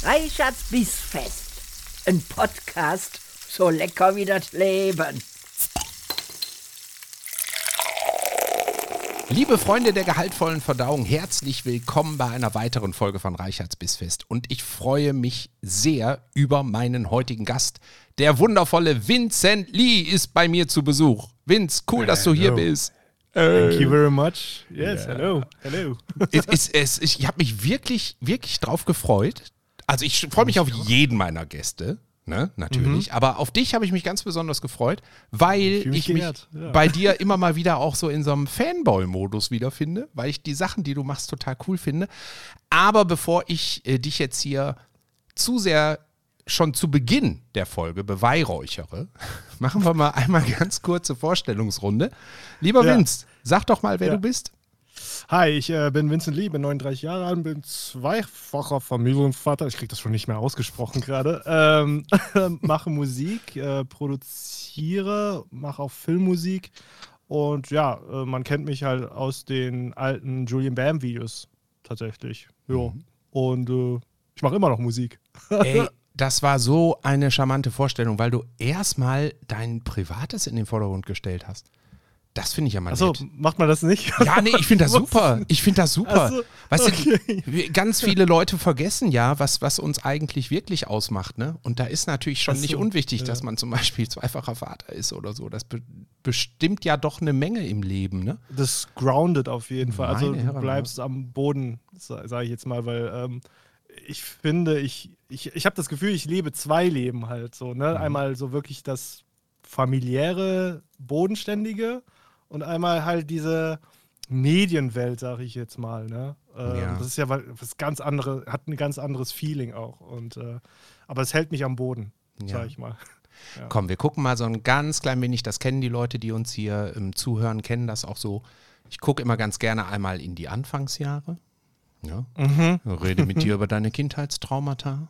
Reichards Bissfest. Ein Podcast so lecker wie das Leben. Liebe Freunde der gehaltvollen Verdauung, herzlich willkommen bei einer weiteren Folge von Reichards Bissfest. Und ich freue mich sehr über meinen heutigen Gast. Der wundervolle Vincent Lee ist bei mir zu Besuch. Vince, cool, dass du hier bist. Thank you very much. Yes, hello. Ich habe mich wirklich drauf gefreut. Also ich freue mich auf jeden meiner Gäste, ne, natürlich. Aber auf dich habe ich mich ganz besonders gefreut, weil ich mich bei dir immer mal wieder auch so in so einem Fanboy-Modus wiederfinde, weil ich die Sachen, die du machst, total cool finde. Aber bevor ich dich jetzt hier zu sehr schon zu Beginn der Folge beweihräuchere, machen wir mal einmal ganz kurze Vorstellungsrunde. Lieber Vince, sag doch mal, wer du bist. Hi, ich bin Vincent Lee, bin 39 Jahre alt, bin zweifacher Familienvater. Ich kriege das schon nicht mehr ausgesprochen gerade. Mache Musik, produziere, mache auch Filmmusik. Und ja, man kennt mich halt aus den alten Julian Bam Videos tatsächlich. Jo. Und ich mache immer noch Musik. Ey, das war so eine charmante Vorstellung, weil du erstmal dein Privates in den Vordergrund gestellt hast. Das finde ich ja mal nett. Achso, macht man das nicht? Ja, nee, ich finde das super. Also, Weißt du, ganz viele Leute vergessen ja, was uns eigentlich wirklich ausmacht, ne? Und da ist natürlich schon nicht unwichtig, dass man zum Beispiel zweifacher Vater ist oder so. Das bestimmt ja doch eine Menge im Leben, ne? Das grounded auf jeden Fall. Also Meine du Herren, bleibst am Boden, sage ich jetzt mal, weil ich finde, ich habe das Gefühl, ich lebe zwei Leben halt so, ne? Einmal so wirklich das familiäre, bodenständige und einmal halt diese Medienwelt, sage ich jetzt mal, ne? Das ist ja was ganz anderes, hat ein ganz anderes Feeling auch. Und aber es hält mich am Boden, sage ich mal. Ja. Komm, wir gucken mal so ein ganz klein wenig, das kennen die Leute, die uns hier zuhören, kennen das auch so. Ich gucke immer ganz gerne einmal in die Anfangsjahre. Ja. Rede mit dir über deine Kindheitstraumata.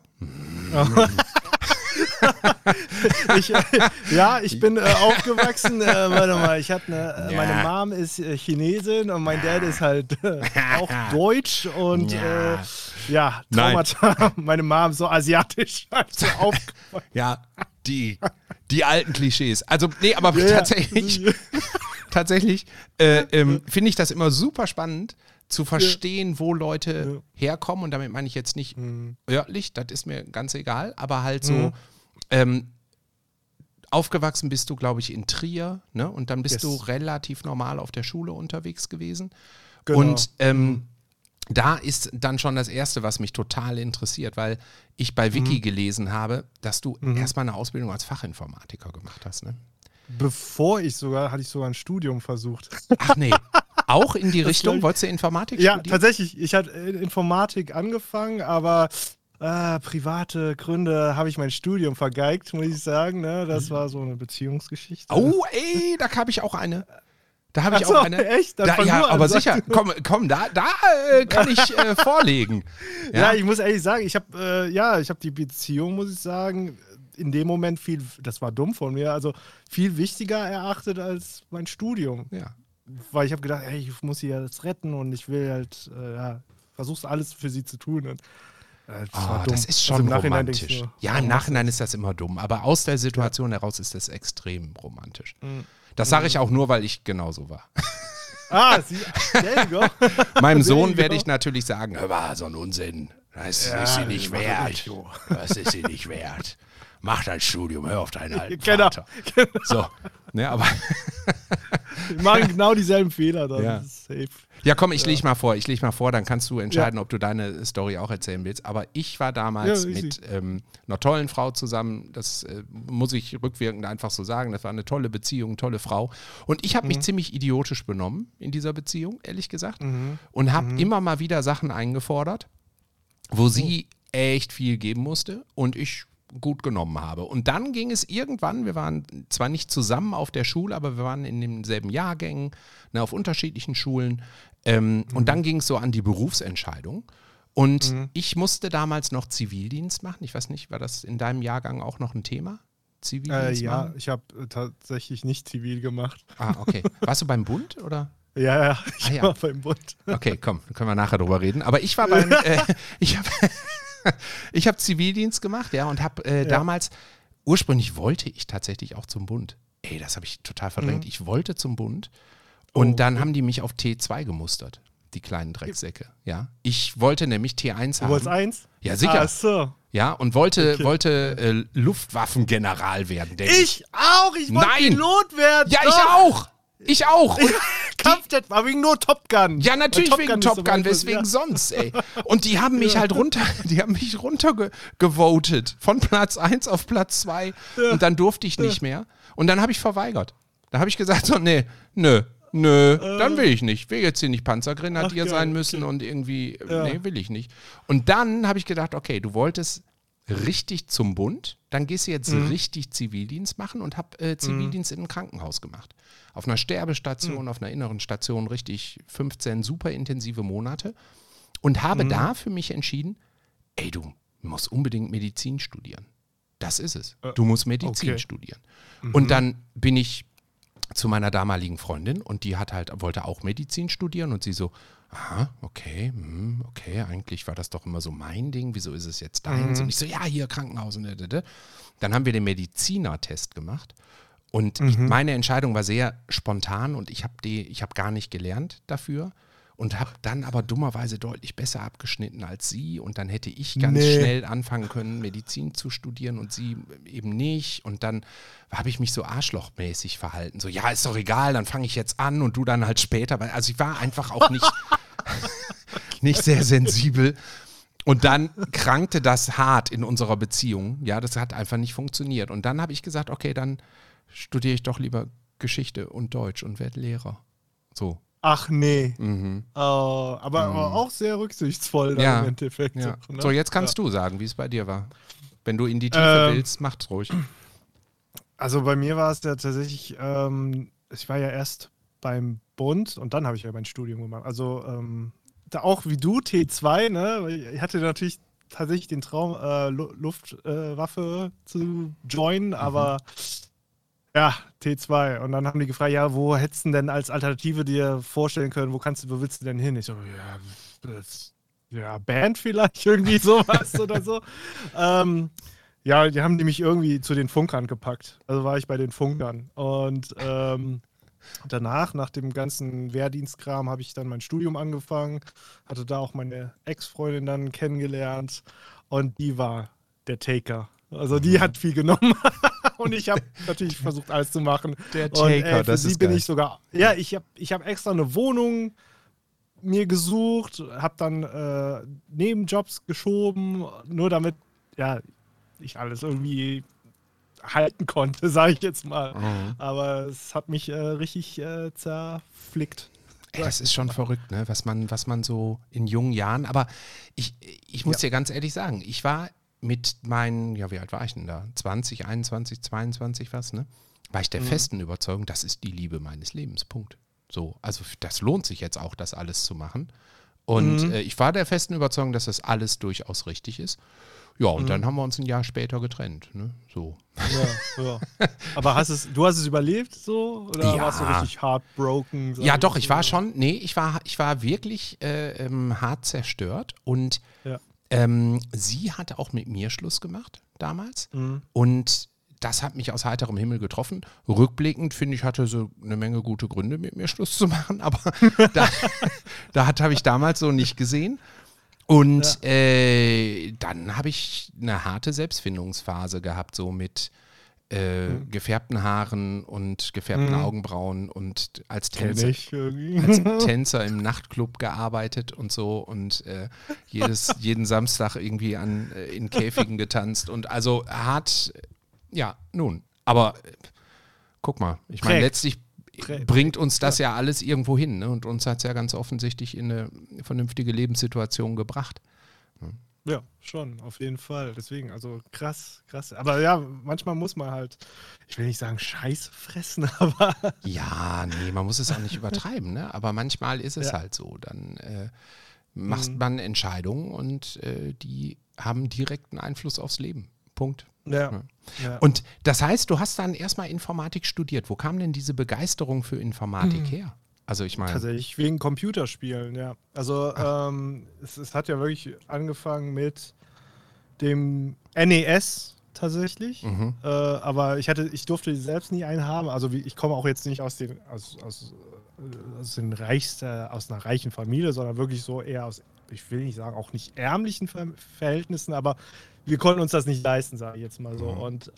Ich bin aufgewachsen. Warte mal, ich hatte meine Mom ist Chinesin und mein Dad ist halt auch deutsch und Traumata. Nein. Meine Mom so asiatisch. Also Ja, die alten Klischees. Also, nee, aber tatsächlich finde ich das immer super spannend, zu verstehen, wo Leute herkommen. Und damit meine ich jetzt nicht örtlich, das ist mir ganz egal, aber halt so aufgewachsen bist du, glaube ich, in Trier, ne? Und dann bist du relativ normal auf der Schule unterwegs gewesen. Genau. Und da ist dann schon das Erste, was mich total interessiert, weil ich bei Wiki gelesen habe, dass du erstmal eine Ausbildung als Fachinformatiker gemacht hast, ne? Hatte ich sogar ein Studium versucht. Ach nee, auch in die Richtung? Wolltest du Informatik studieren? Ja, tatsächlich. Ich hatte Informatik angefangen, aber private Gründe habe ich mein Studium vergeigt, muss ich sagen. Ne? Das war so eine Beziehungsgeschichte. Oh, ey, da habe ich auch eine. Da habe ich auch eine. Echt? Aber sicher. Komm, da kann ich vorlegen. Ja, ich muss ehrlich sagen, ich habe die Beziehung, muss ich sagen, in dem Moment das war dumm von mir, also viel wichtiger erachtet als mein Studium. Ja. Weil ich habe gedacht, hey, ich muss sie jetzt retten und ich will halt, versuch's alles für sie zu tun. Und, das ist schon romantisch. Im Nachhinein ist das immer dumm, aber aus der Situation heraus ist das extrem romantisch. Das sage ich auch nur, weil ich genauso war. There you go. Meinem Sohn werde ich natürlich sagen, hör mal, so ein Unsinn. Das ist sie nicht wert. Das ist sie nicht wert. Mach dein Studium, hör auf deinen alten Vater. Genau. So, ne, aber wir machen genau dieselben Fehler dann. Ja. Das ist safe. Ja, komm, ich leg mal vor, dann kannst du entscheiden, ob du deine Story auch erzählen willst. Aber ich war damals mit einer tollen Frau zusammen, das muss ich rückwirkend einfach so sagen, das war eine tolle Beziehung, tolle Frau. Und ich habe mich ziemlich idiotisch benommen in dieser Beziehung, ehrlich gesagt. Und habe immer mal wieder Sachen eingefordert, wo sie echt viel geben musste und ich gut genommen habe. Und dann ging es irgendwann, wir waren zwar nicht zusammen auf der Schule, aber wir waren in denselben Jahrgängen, auf unterschiedlichen Schulen. Und dann ging es so an die Berufsentscheidung. Und ich musste damals noch Zivildienst machen. Ich weiß nicht, war das in deinem Jahrgang auch noch ein Thema? Zivildienst machen? Ich habe tatsächlich nicht zivil gemacht. Ah, okay. Warst du beim Bund, oder? Ja, ich war beim Bund. Okay, komm, dann können wir nachher drüber reden. Aber ich war beim, Ich habe Zivildienst gemacht, ja, und habe damals, ursprünglich wollte ich tatsächlich auch zum Bund. Ey, das habe ich total verdrängt. Ich wollte zum Bund und dann haben die mich auf T2 gemustert, die kleinen Drecksäcke, ja. Ich wollte nämlich T1 haben. Du wolltest 1? Ja, sicher. Ach so. Ja, und wollte Luftwaffengeneral werden, denke ich. Ich auch! Ich wollte Pilot werden! Ja, doch. Ich auch! Und Kampfjet, aber wegen nur Top Gun. ja, natürlich Top wegen Gun Top ist Gun, so weswegen ja. sonst, ey. Und die haben mich halt runtergevotet. Von Platz 1 auf Platz 2. Ja. Und dann durfte ich nicht mehr. Und dann habe ich verweigert. Da habe ich gesagt, so, nö, dann will ich nicht. Will jetzt hier nicht Panzergrenadier sein müssen und irgendwie, nee, will ich nicht. Und dann habe ich gedacht, okay, du wolltest richtig zum Bund, dann gehst du jetzt richtig Zivildienst machen und habe Zivildienst in einem Krankenhaus gemacht. Auf einer Sterbestation, auf einer inneren Station, richtig 15 super intensive Monate und habe da für mich entschieden, ey, du musst unbedingt Medizin studieren. Das ist es. Du musst Medizin studieren. Und dann bin ich zu meiner damaligen Freundin und die wollte auch Medizin studieren und sie so, aha, okay, eigentlich war das doch immer so mein Ding, wieso ist es jetzt deins? Und ich so, ja, hier Krankenhaus und Dann haben wir den Medizinertest gemacht und meine Entscheidung war sehr spontan und ich habe gar nicht gelernt dafür und habe dann aber dummerweise deutlich besser abgeschnitten als sie und dann hätte ich ganz schnell anfangen können, Medizin zu studieren und sie eben nicht und dann habe ich mich so arschlochmäßig verhalten, so ja, ist doch egal, dann fange ich jetzt an und du dann halt später, weil also ich war einfach auch nicht sehr sensibel und dann krankte das hart in unserer Beziehung, ja, das hat einfach nicht funktioniert und dann habe ich gesagt, okay, dann studiere ich doch lieber Geschichte und Deutsch und werde Lehrer, so. Ach nee. Aber auch sehr rücksichtsvoll dann im Endeffekt. Ja. So, ne? So, jetzt kannst du sagen, wie es bei dir war. Wenn du in die Tiefe willst, macht's ruhig. Also bei mir war es ja tatsächlich, ich war ja erst beim Bund und dann habe ich ja mein Studium gemacht. Also da auch wie du, T2, ne? Ich hatte natürlich tatsächlich den Traum, Luftwaffe zu joinen, aber ja, T2. Und dann haben die gefragt, ja, wo hättest du denn als Alternative dir vorstellen können, wo willst du denn hin? Ich so, Band vielleicht, irgendwie sowas oder so. Ja, die haben mich irgendwie zu den Funkern gepackt. Also war ich bei den Funkern. Und danach, nach dem ganzen Wehrdienstkram, habe ich dann mein Studium angefangen, hatte da auch meine Ex-Freundin dann kennengelernt und die war der Taker. Also die hat viel genommen und ich habe natürlich versucht, alles zu machen. Der Taker, das ist geil. Ich habe extra eine Wohnung mir gesucht, habe dann Nebenjobs geschoben, nur damit ich alles irgendwie halten konnte, sage ich jetzt mal. Aber es hat mich richtig zerflickt. Ey, das ist schon verrückt, ne? Was man so in jungen Jahren, aber ich muss dir ganz ehrlich sagen, ich war mit meinen, wie alt war ich denn da? 20, 21, 22 was, ne? War ich der festen Überzeugung, das ist die Liebe meines Lebens, Punkt. So, also das lohnt sich jetzt auch, das alles zu machen. Und ich war der festen Überzeugung, dass das alles durchaus richtig ist. Ja, und dann haben wir uns ein Jahr später getrennt, ne? So. Ja. Aber du hast es überlebt so? Oder warst du richtig heartbroken? Ja, doch, ich war schon, ich war wirklich hart zerstört und sie hatte auch mit mir Schluss gemacht damals und das hat mich aus heiterem Himmel getroffen. Rückblickend, finde ich, hatte so eine Menge gute Gründe, mit mir Schluss zu machen, aber habe ich damals so nicht gesehen. Und dann habe ich eine harte Selbstfindungsphase gehabt, so mit gefärbten Haaren und gefärbten Augenbrauen und als Tänzer im Nachtclub gearbeitet und so und jeden Samstag irgendwie in Käfigen getanzt und also hart, aber guck mal, ich meine, letztlich bringt uns das ja alles irgendwo hin, ne? Und uns hat es ja ganz offensichtlich in eine vernünftige Lebenssituation gebracht. Ja, schon, auf jeden Fall. Deswegen, also krass. Aber ja, manchmal muss man halt, ich will nicht sagen Scheiß fressen, aber... Ja, nee, man muss es auch nicht übertreiben, ne? Aber manchmal ist es halt so. Dann macht man Entscheidungen und die haben direkten Einfluss aufs Leben. Punkt. Ja. Und das heißt, du hast dann erstmal Informatik studiert. Wo kam denn diese Begeisterung für Informatik her? Also ich meine... Tatsächlich wegen Computerspielen, ja. Also es hat ja wirklich angefangen mit dem NES tatsächlich. Aber ich durfte selbst nie einen haben. Also ich komme auch jetzt nicht aus einer reichen Familie, sondern wirklich so eher aus, ich will nicht sagen, auch nicht ärmlichen Verhältnissen, aber wir konnten uns das nicht leisten, sage ich jetzt mal so. Und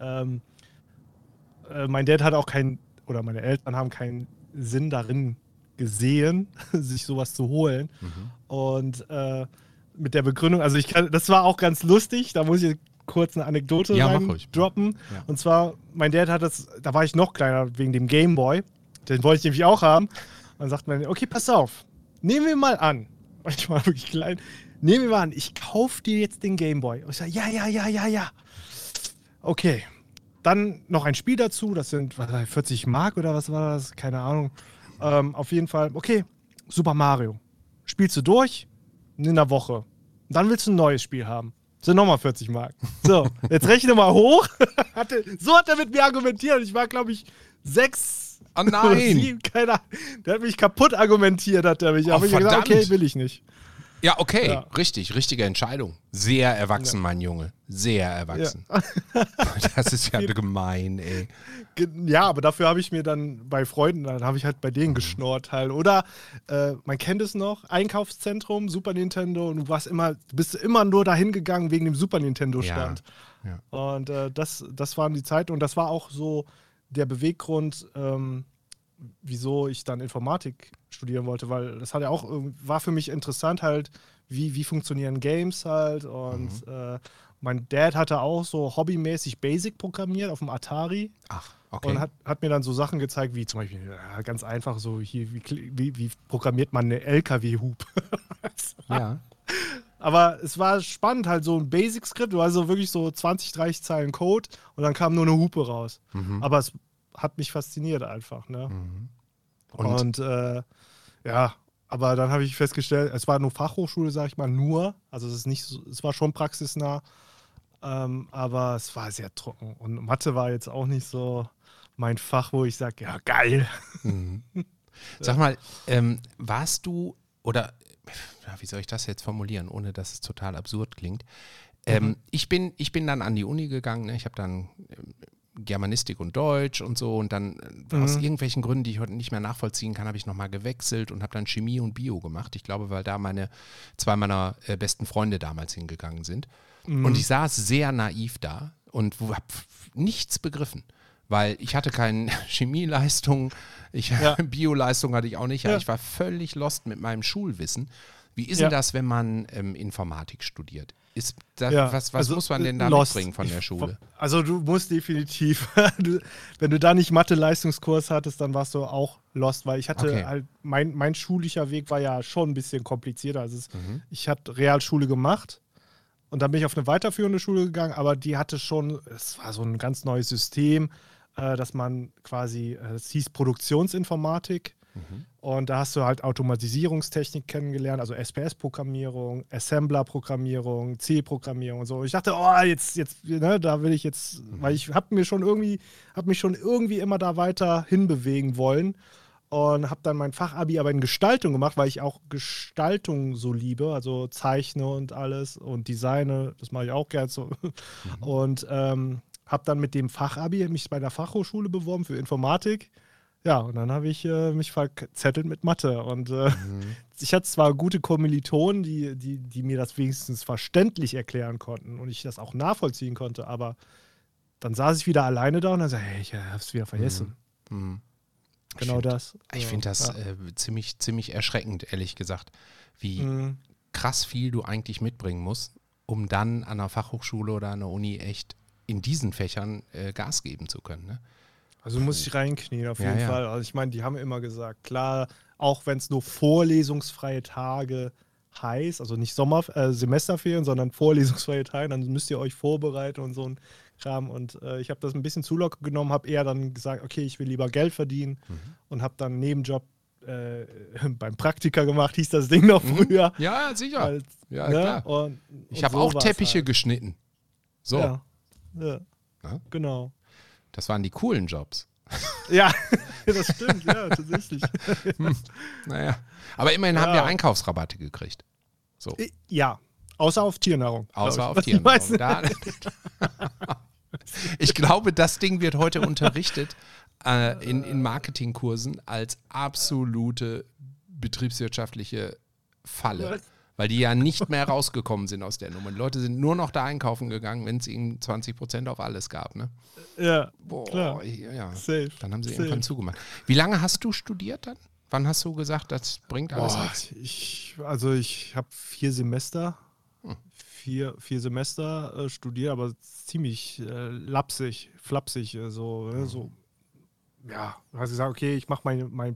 mein Dad hat auch oder meine Eltern haben keinen Sinn darin gesehen, sich sowas zu holen. Und mit der Begründung, also das war auch ganz lustig, da muss ich kurz eine Anekdote droppen. Ja. Und zwar, mein Dad hat da war ich noch kleiner, wegen dem Gameboy, den wollte ich nämlich auch haben. Und dann sagt man, okay, pass auf, nehmen wir mal an, ich war wirklich klein, nehmen wir mal an, ich kaufe dir jetzt den Gameboy. Und ich sage, ja. Okay, dann noch ein Spiel dazu, das sind 40 Mark oder was war das, keine Ahnung. Auf jeden Fall, okay, Super Mario. Spielst du durch in einer Woche. Dann willst du ein neues Spiel haben. Sind nochmal 40 Mark. So, jetzt rechne mal hoch. So hat er mit mir argumentiert. Ich war, glaube ich, 6. Oh nein! 7, keine Ahnung. Der hat mich kaputt argumentiert, hat er mich. Aber ich habe gesagt, okay, will ich nicht. Ja, okay, ja. Richtige Entscheidung. Sehr erwachsen, mein Junge. Sehr erwachsen. Ja. Das ist ja gemein, ey. Ja, aber dafür habe ich mir dann bei Freunden, dann habe ich halt bei denen geschnurrt halt. Oder, man kennt es noch, Einkaufszentrum, Super Nintendo, und du bist immer nur dahin gegangen wegen dem Super Nintendo-Stand. Ja. Und das waren die Zeiten, und das war auch so der Beweggrund, wieso ich dann Informatik studieren wollte, weil das hat ja auch, war für mich interessant halt, wie funktionieren Games halt, und mein Dad hatte auch so hobbymäßig Basic programmiert auf dem Atari. Ach, okay. Und hat mir dann so Sachen gezeigt, wie zum Beispiel, ganz einfach so, hier, wie programmiert man eine LKW-Hub? Ja. Aber es war spannend, halt so ein Basic-Skript, also wirklich so 20, 30 Zeilen Code, und dann kam nur eine Hupe raus. Aber es hat mich fasziniert einfach, ne? Und ja, aber dann habe ich festgestellt, es war nur Fachhochschule, sag ich mal, also es war schon praxisnah, aber es war sehr trocken, und Mathe war jetzt auch nicht so mein Fach, wo ich sage, ja, geil. Sag mal, warst du, oder wie soll ich das jetzt formulieren, ohne dass es total absurd klingt? Ich bin dann an die Uni gegangen, ne? Ich habe dann Germanistik und Deutsch und so, und dann aus irgendwelchen Gründen, die ich heute nicht mehr nachvollziehen kann, habe ich nochmal gewechselt und habe dann Chemie und Bio gemacht. Ich glaube, weil da zwei meiner besten Freunde damals hingegangen sind. Und ich saß sehr naiv da und habe nichts begriffen, weil ich hatte keine Chemieleistung, Bioleistung hatte ich auch nicht, ich war völlig lost mit meinem Schulwissen. Wie ist denn das, wenn man Informatik studiert? Was muss man denn da mitbringen von der Schule? Also du musst definitiv, wenn du da nicht Mathe-Leistungskurs hattest, dann warst du auch lost, weil ich hatte halt, mein schulischer Weg war ja schon ein bisschen komplizierter. Also ich hatte Realschule gemacht und dann bin ich auf eine weiterführende Schule gegangen, aber die hatte schon, es war so ein ganz neues System, dass man quasi, es hieß Produktionsinformatik. Und da hast du halt Automatisierungstechnik kennengelernt, also SPS-Programmierung, Assembler-Programmierung, C-Programmierung und so. Ich dachte, da will ich jetzt, weil ich habe mich schon irgendwie immer da weiter hinbewegen wollen, und habe dann mein Fachabi aber in Gestaltung gemacht, weil ich auch Gestaltung so liebe, also zeichne und alles und designe, das mache ich auch gerne so. Und habe dann mit dem Fachabi mich bei der Fachhochschule beworben für Informatik. Ja, und dann habe ich mich verzettelt mit Mathe. Und ich hatte zwar gute Kommilitonen, die mir das wenigstens verständlich erklären konnten und ich das auch nachvollziehen konnte, aber dann saß ich wieder alleine da und dann sagte ich, habe es wieder vergessen. Ich finde das ziemlich erschreckend, ehrlich gesagt, wie krass viel du eigentlich mitbringen musst, um dann an einer Fachhochschule oder an der Uni echt in diesen Fächern Gas geben zu können, ne? Also muss ich reinknien auf jeden Fall. Also ich meine, die haben immer gesagt, klar, auch wenn es nur vorlesungsfreie Tage heißt, also nicht Semesterferien, sondern vorlesungsfreie Tage, dann müsst ihr euch vorbereiten und so ein Kram. Und ich habe das ein bisschen zu locker genommen, habe eher dann gesagt, okay, ich will lieber Geld verdienen, und habe dann einen Nebenjob beim Praktika gemacht, hieß das Ding noch früher. Ja, sicher. Klar. Und ich habe auch Teppiche geschnitten. So. Ja, genau. Das waren die coolen Jobs. Ja, das stimmt, ja, tatsächlich. Naja, aber immerhin haben wir Einkaufsrabatte gekriegt. So. Ja, Außer auf Tiernahrung. Außer auf Tiernahrung. Ich glaube, das Ding wird heute unterrichtet in Marketingkursen als absolute betriebswirtschaftliche Falle. Was? Weil die ja nicht mehr rausgekommen sind aus der Nummer. Die Leute sind nur noch da einkaufen gegangen, wenn es ihnen 20% auf alles gab. Ne? Ja, Boah, klar. Ja. Safe. Dann haben sie Safe. irgendwann zugemacht. Wie lange hast du studiert dann? Wann hast du gesagt, das bringt alles nichts? Ich habe 4 Semester. 4 Semester studiert, aber ziemlich flapsig. So. Ja, du hast gesagt, okay, ich mache meine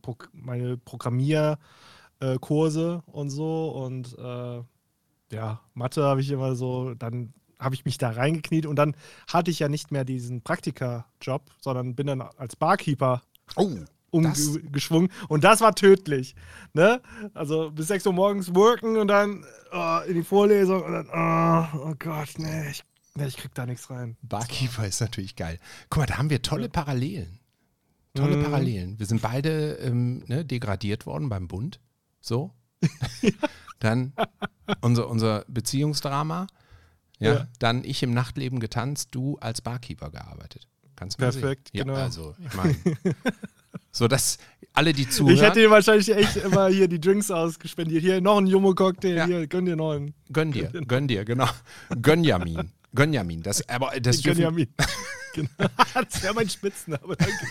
Programmierkurse und so. Und Mathe habe ich immer so, dann habe ich mich da reingekniet. Und dann hatte ich ja nicht mehr diesen Praktika-Job, sondern bin dann als Barkeeper umgeschwungen. Und das war tödlich. Ne? Also bis 6 Uhr morgens worken und dann in die Vorlesung und dann, oh Gott, nee, ich krieg da nichts rein. Barkeeper ist natürlich geil. Guck mal, da haben wir tolle Parallelen. Parallelen. Wir sind beide degradiert worden beim Bund. So. Dann unser Beziehungsdrama. Ja. Dann ich im Nachtleben getanzt, du als Barkeeper gearbeitet. Kannst du mal Perfekt, sehen? genau. Ja, also, ich meine, so dass alle, die zuhören. Ich hätte dir wahrscheinlich echt immer hier die Drinks ausgespendiert. Hier noch ein Jumbo-Cocktail, hier, gönn dir noch einen. Gönn dir, genau. Gönjamin. Das Gönjamin. Genau. Das wäre mein Spitzname. Danke.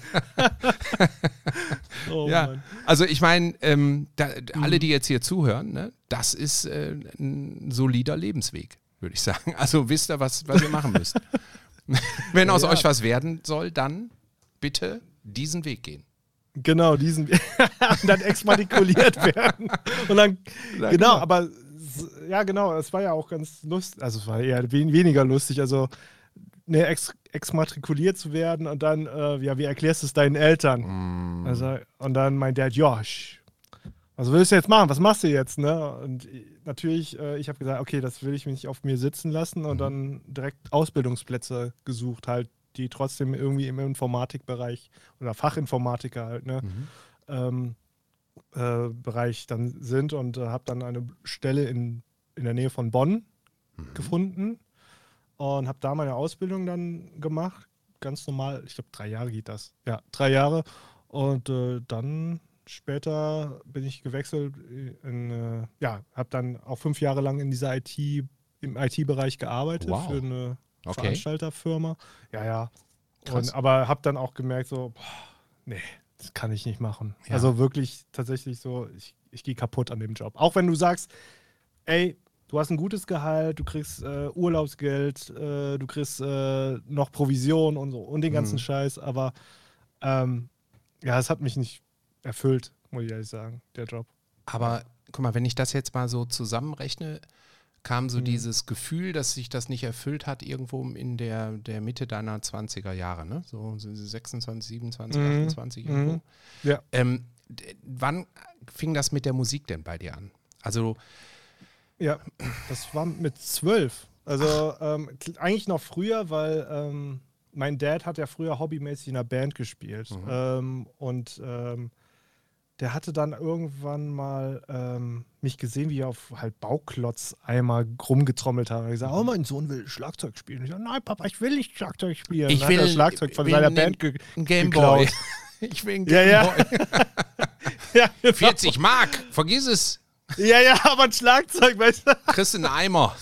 Ja, Mann. also ich meine, alle, die jetzt hier zuhören, ne, das ist ein solider Lebensweg, würde ich sagen. Also wisst ihr, was ihr machen müsst. Wenn aus euch was werden soll, dann bitte diesen Weg gehen. Genau, diesen und dann exmatrikuliert werden. Und dann, genau, aber ja, genau, es war ja auch ganz lustig, also es war eher weniger lustig, also exmatrikuliert zu werden und dann, wie erklärst du es deinen Eltern? Also, und dann mein Dad, was willst du jetzt machen? Was machst du jetzt? Ne? Und natürlich, ich habe gesagt, okay, das will ich nicht auf mir sitzen lassen und dann direkt Ausbildungsplätze gesucht, halt, die trotzdem irgendwie im Informatikbereich oder Fachinformatiker halt, ne? Bereich dann sind und habe dann eine Stelle in der Nähe von Bonn gefunden und habe da meine Ausbildung dann gemacht. Ganz normal, ich glaube 3 Jahre geht das. Ja, 3 Jahre. Und dann später bin ich gewechselt habe dann auch 5 Jahre lang in dieser im IT-Bereich gearbeitet für eine Veranstalterfirma. Ja. Aber habe dann auch gemerkt, so, nee, das kann ich nicht machen. Ja. Also wirklich tatsächlich so, ich gehe kaputt an dem Job. Auch wenn du sagst, ey, du hast ein gutes Gehalt, du kriegst Urlaubsgeld, du kriegst noch Provision und so und den ganzen Scheiß, aber es hat mich nicht erfüllt, muss ich ehrlich sagen, der Job. Aber guck mal, wenn ich das jetzt mal so zusammenrechne, kam so dieses Gefühl, dass sich das nicht erfüllt hat, irgendwo in der Mitte deiner 20er Jahre, ne? So 26, 27, 28 irgendwo. Ja. Wann fing das mit der Musik denn bei dir an? Also ja, das war mit 12. Also eigentlich noch früher, weil mein Dad hat ja früher hobbymäßig in einer Band gespielt. Der hatte dann irgendwann mal mich gesehen, wie er auf halt Bauklotz einmal rumgetrommelt hat. Und ich gesagt, mein Sohn will Schlagzeug spielen. Ich sage, nein, Papa, ich will nicht Schlagzeug spielen. Ich will das Schlagzeug von seiner Band ein Gameboy. Ich will ein Gameboy. Ja, genau. 40 Mark, vergiss es. Ja, aber ein Schlagzeug, weißt du? Kriegst einen Eimer.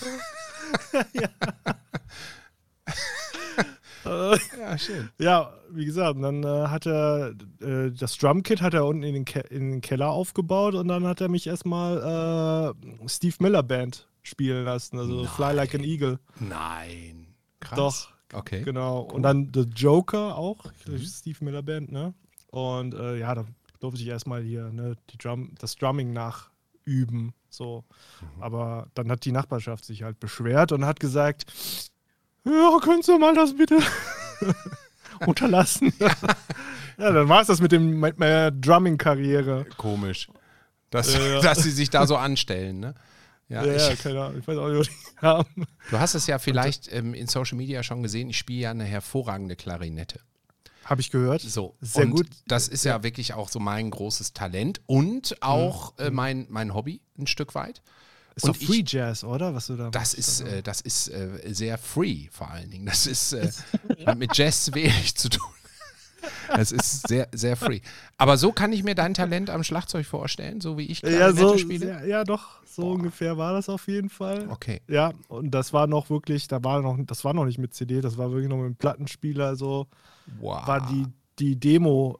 Ja, schön. Ja, wie gesagt, und dann hat er das Drumkit hat er unten in den Keller aufgebaut und dann hat er mich erstmal Steve Miller Band spielen lassen, also Fly Like an Eagle. Nein. Krass. Doch. Okay. Genau. Cool. Und dann The Joker auch, Steve Miller Band, ne? Und da durfte ich erstmal hier das Drumming nachüben. So. Aber dann hat die Nachbarschaft sich halt beschwert und hat gesagt, ja, könntest du mal das bitte unterlassen? Ja, dann war es das mit meiner Drumming-Karriere. Komisch. Dass sie sich da so anstellen, ne? Ja, keine Ahnung. Ich weiß auch nicht, was die haben. Du hast es ja vielleicht in Social Media schon gesehen, ich spiele ja eine hervorragende Klarinette. Habe ich gehört. So, sehr gut. Das ist ja wirklich auch so mein großes Talent und auch mein Hobby ein Stück weit. Ist doch Free Jazz, oder? Was du da das ist sehr free vor allen Dingen. Das ist hat mit Jazz wenig zu tun. Das ist sehr, sehr free. Aber so kann ich mir dein Talent am Schlagzeug vorstellen, so wie ich Klarinette spiele? Ja, doch, so ungefähr war das auf jeden Fall. Okay. Ja, und das war noch wirklich, das war noch nicht mit CD, das war wirklich noch mit dem Plattenspieler, so war die Demo,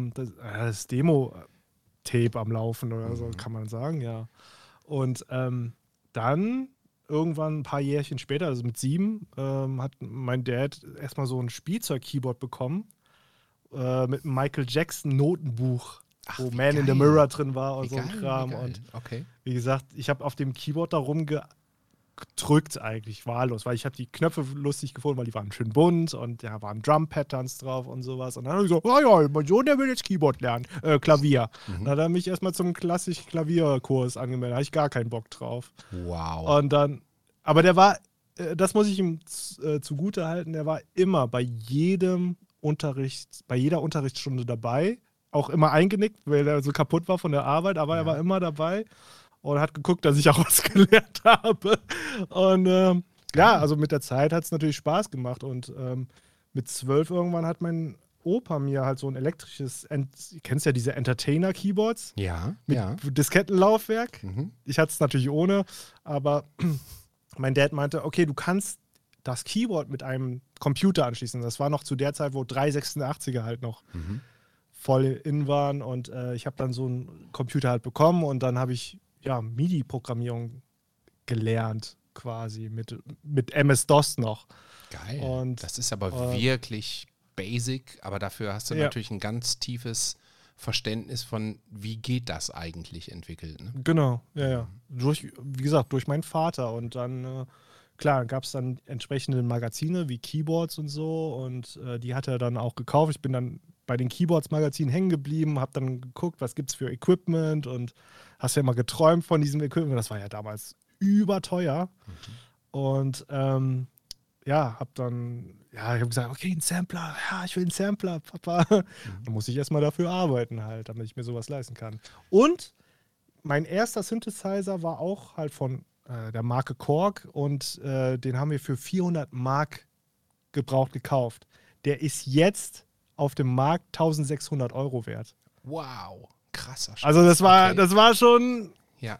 das Demo-Tape am Laufen oder so, kann man sagen, ja. Und dann irgendwann ein paar Jährchen später, also mit 7, hat mein Dad erstmal so ein Spielzeug-Keyboard bekommen mit einem Michael Jackson Notenbuch, wo Man in the Mirror drin war und so ein Kram. Und wie gesagt, ich habe auf dem Keyboard da rumgedrückt eigentlich wahllos, weil ich habe die Knöpfe lustig gefunden, weil die waren schön bunt und da waren Drum-Patterns drauf und sowas. Und dann habe ich so, mein Sohn, der will jetzt Keyboard lernen, Klavier. Dann hat er mich erstmal zum klassischen Klavierkurs angemeldet, da habe ich gar keinen Bock drauf. Wow. Und dann, aber der war, das muss ich ihm zugute halten, der war immer bei jeder Unterrichtsstunde dabei, auch immer eingenickt, weil er so kaputt war von der Arbeit, aber er war immer dabei und hat geguckt, dass ich auch was gelernt habe. Und also mit der Zeit hat es natürlich Spaß gemacht und mit 12 irgendwann hat mein Opa mir halt so ein elektrisches, du kennst ja diese Entertainer-Keyboards? Ja, mit Diskettenlaufwerk. Ich hatte es natürlich ohne, aber mein Dad meinte, okay, du kannst das Keyboard mit einem Computer anschließen. Das war noch zu der Zeit, wo 386er halt noch voll in waren und ich habe dann so einen Computer halt bekommen und dann habe ich MIDI-Programmierung gelernt quasi mit MS-DOS noch. Geil. Und, das ist aber wirklich basic, aber dafür hast du natürlich ein ganz tiefes Verständnis von, wie geht das eigentlich entwickelt. Ne? Genau, ja. Wie gesagt, durch meinen Vater und dann klar, gab es dann entsprechende Magazine wie Keyboards und so und die hat er dann auch gekauft. Ich bin dann bei den Keyboards-Magazinen hängen geblieben, habe dann geguckt, was gibt es für Equipment und hast ja immer geträumt von diesem Equipment. Das war ja damals überteuer. Und habe gesagt, okay, ein Sampler, ich will einen Sampler, Papa. Dann muss ich erstmal dafür arbeiten halt, damit ich mir sowas leisten kann. Und mein erster Synthesizer war auch halt von der Marke Korg und den haben wir für 400 Mark gebraucht gekauft. Der ist jetzt auf dem Markt 1600 € wert. Wow, krasser Scheiß. Also das war schon... Ja.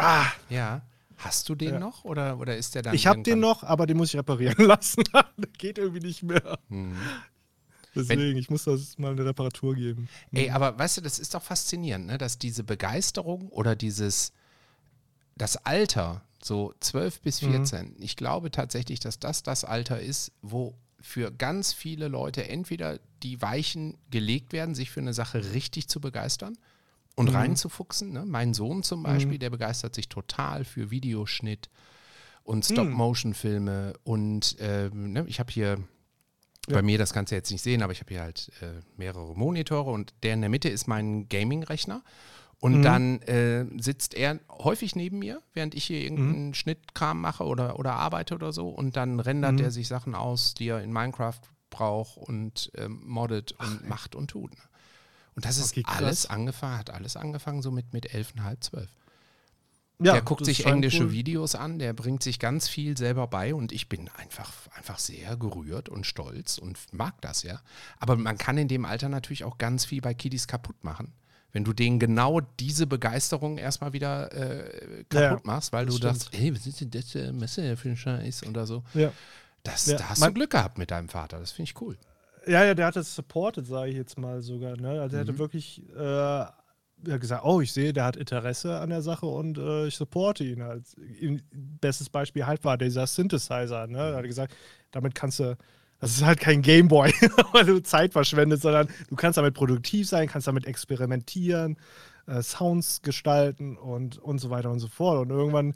Ja. Hast du den noch oder ist der dann? Ich habe den noch, aber den muss ich reparieren lassen. Der geht irgendwie nicht mehr. Deswegen, ich muss das mal eine Reparatur geben. Ey, aber weißt du, das ist doch faszinierend, ne? Dass diese Begeisterung oder das Alter, so 12 bis 14, ich glaube tatsächlich, dass das Alter ist, wo für ganz viele Leute entweder die Weichen gelegt werden, sich für eine Sache richtig zu begeistern und reinzufuchsen. Ne? Mein Sohn zum Beispiel, der begeistert sich total für Videoschnitt und Stop-Motion-Filme und ich habe hier bei mir, das kannst du jetzt nicht sehen, aber ich habe hier halt mehrere Monitore und der in der Mitte ist mein Gaming-Rechner. Und dann sitzt er häufig neben mir, während ich hier irgendeinen Schnittkram mache oder arbeite oder so. Und dann rendert er sich Sachen aus, die er in Minecraft braucht und moddet und macht und tut. Ne? Und das ist hat alles angefangen so mit 11,5, 12. Ja, der guckt sich englische Videos an, der bringt sich ganz viel selber bei und ich bin einfach sehr gerührt und stolz und mag das, ja. Aber man kann in dem Alter natürlich auch ganz viel bei Kiddies kaputt machen. Wenn du denen genau diese Begeisterung erstmal wieder kaputt machst, weil du sagst, hey, was ist denn das für ein Scheiß oder so. Ja. Da hast du Glück gehabt mit deinem Vater, das finde ich cool. Ja, der hat das supported, sage ich jetzt mal sogar. Ne? Also er hatte wirklich gesagt, ich sehe, der hat Interesse an der Sache und ich supporte ihn. Halt. Bestes Beispiel halt war dieser Synthesizer. Ne? Er hat gesagt, damit kannst du... Das ist halt kein Gameboy, weil du Zeit verschwendest, sondern du kannst damit produktiv sein, kannst damit experimentieren, Sounds gestalten und so weiter und so fort. Und irgendwann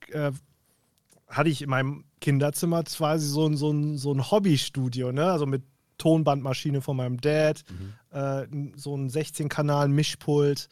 hatte ich in meinem Kinderzimmer quasi so ein Hobbystudio, ne? Also mit Tonbandmaschine von meinem Dad, so ein 16-Kanal-Mischpult,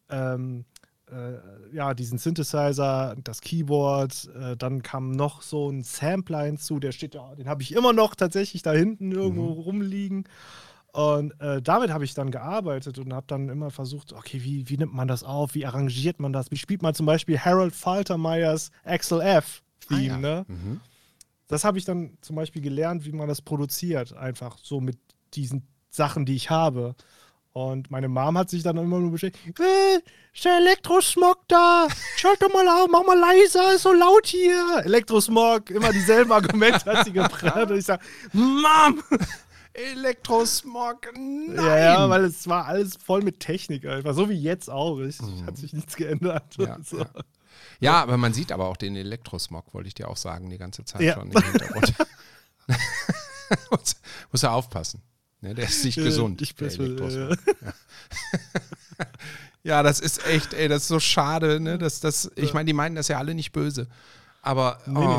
diesen Synthesizer, das Keyboard, dann kam noch so ein Sampler hinzu, der steht da, den habe ich immer noch tatsächlich da hinten irgendwo rumliegen. Und damit habe ich dann gearbeitet und habe dann immer versucht, okay, wie nimmt man das auf, wie arrangiert man das, wie spielt man zum Beispiel Harold Faltermeyers XLF-Theme, ne? Mhm. Das habe ich dann zum Beispiel gelernt, wie man das produziert, einfach so mit diesen Sachen, die ich habe. Und meine Mom hat sich dann immer nur beschäftigt, ist der Elektrosmog da? Schalt doch mal auf, mach mal leiser, ist so laut hier. Elektrosmog, immer dieselben Argumente hat sie gebracht. Und ich sage, Mom! Elektrosmog, nein! Ja, weil es war alles voll mit Technik einfach, so wie jetzt auch. Hat sich nichts geändert. Ja, so. ja. Ja, aber man sieht aber auch den Elektrosmog, wollte ich dir auch sagen, die ganze Zeit Ja. schon im Hintergrund. Muss er aufpassen. Ne, der ist nicht gesund, der Elektrosmog. Ja, das ist echt, ey, das ist so schade. Ne? Ich meine, die meinen das ja alle nicht böse. Aber,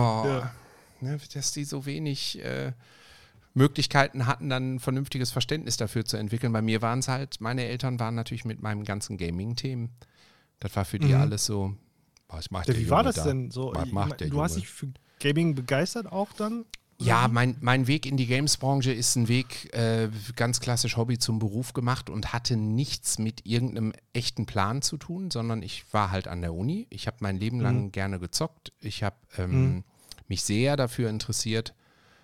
ne, dass die so wenig Möglichkeiten hatten, dann ein vernünftiges Verständnis dafür zu entwickeln. Bei mir waren es halt, meine Eltern waren natürlich mit meinen ganzen Gaming-Themen. Das war für die alles so, was macht der Junge Wie war das da? denn so? Was macht der Du hast Junge? dich für Gaming begeistert auch dann? Ja, mein Weg in die Games-Branche ist ein Weg, ganz klassisch Hobby zum Beruf gemacht und hatte nichts mit irgendeinem echten Plan zu tun, sondern ich war halt an der Uni. Ich habe mein Leben lang gerne gezockt. Ich habe mich sehr dafür interessiert,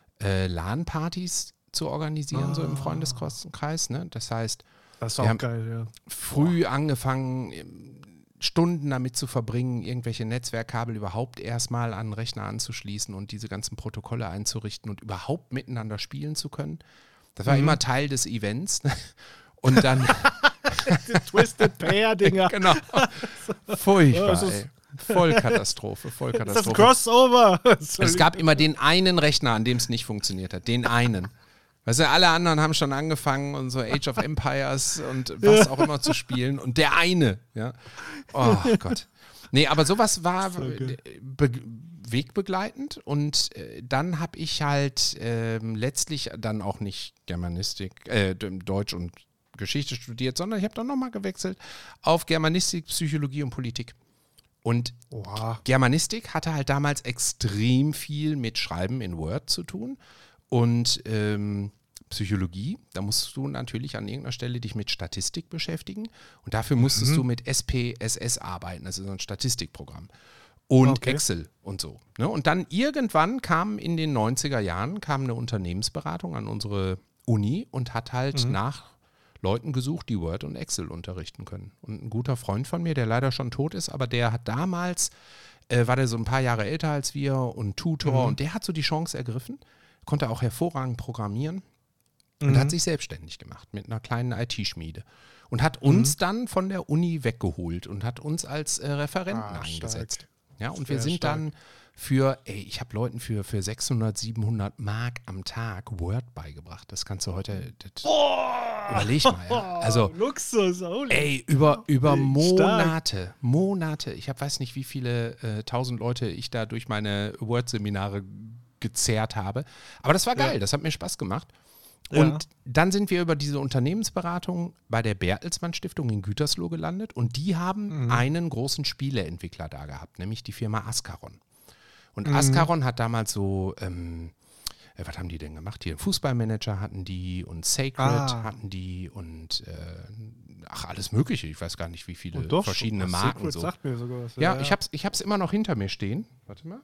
LAN-Partys zu organisieren, so im Freundeskreis. Ne? Das heißt, Das ist wir auch haben geil, ja. früh angefangen, Stunden damit zu verbringen, irgendwelche Netzwerkkabel überhaupt erstmal an den Rechner anzuschließen und diese ganzen Protokolle einzurichten und überhaupt miteinander spielen zu können. Das war immer Teil des Events. Und dann Die Twisted Pair-Dinger. genau. Furchtbar, das ist- ey. Vollkatastrophe, Das ist Vollkatastrophe. Crossover. Es gab immer den einen Rechner, an dem es nicht funktioniert hat. Den einen. Weißt du, alle anderen haben schon angefangen und so Age of Empires und was auch immer zu spielen. Und der eine, ja. Oh Gott. Nee, aber sowas war wegbegleitend. Und dann habe ich halt letztlich dann auch nicht Germanistik, Deutsch und Geschichte studiert, sondern ich habe dann nochmal gewechselt auf Germanistik, Psychologie und Politik. Und Germanistik hatte halt damals extrem viel mit Schreiben in Word zu tun. Und Psychologie, da musst du natürlich an irgendeiner Stelle dich mit Statistik beschäftigen. Und dafür musstest du mit SPSS arbeiten, das ist so ein Statistikprogramm. Und Excel und so. Ne? Und dann irgendwann kam in den 90er Jahren eine Unternehmensberatung an unsere Uni und hat halt nach Leuten gesucht, die Word und Excel unterrichten können. Und ein guter Freund von mir, der leider schon tot ist, aber der hat damals, war der so ein paar Jahre älter als wir und Tutor und der hat so die Chance ergriffen, konnte auch hervorragend programmieren und hat sich selbstständig gemacht mit einer kleinen IT-Schmiede und hat uns dann von der Uni weggeholt und hat uns als Referenten eingesetzt. Ja, und wir sind dann ich habe Leuten für 600, 700 Mark am Tag Word beigebracht. Das kannst du heute, überleg mal. Ja. Also, Luxus, über Monate. Ich weiß nicht, wie viele 1000 Leute ich da durch meine Word-Seminare gezerrt habe. Aber das war geil, das hat mir Spaß gemacht. Und dann sind wir über diese Unternehmensberatung bei der Bertelsmann Stiftung in Gütersloh gelandet und die haben einen großen Spieleentwickler da gehabt, nämlich die Firma Ascaron. Und Ascaron hat damals so, was haben die denn gemacht? Hier einen Fußballmanager hatten die und Sacred hatten die und alles Mögliche. Ich weiß gar nicht, wie viele verschiedene Marken. Sacred so. sagt mir sogar was. Ja, ich hab's immer noch hinter mir stehen. Warte mal.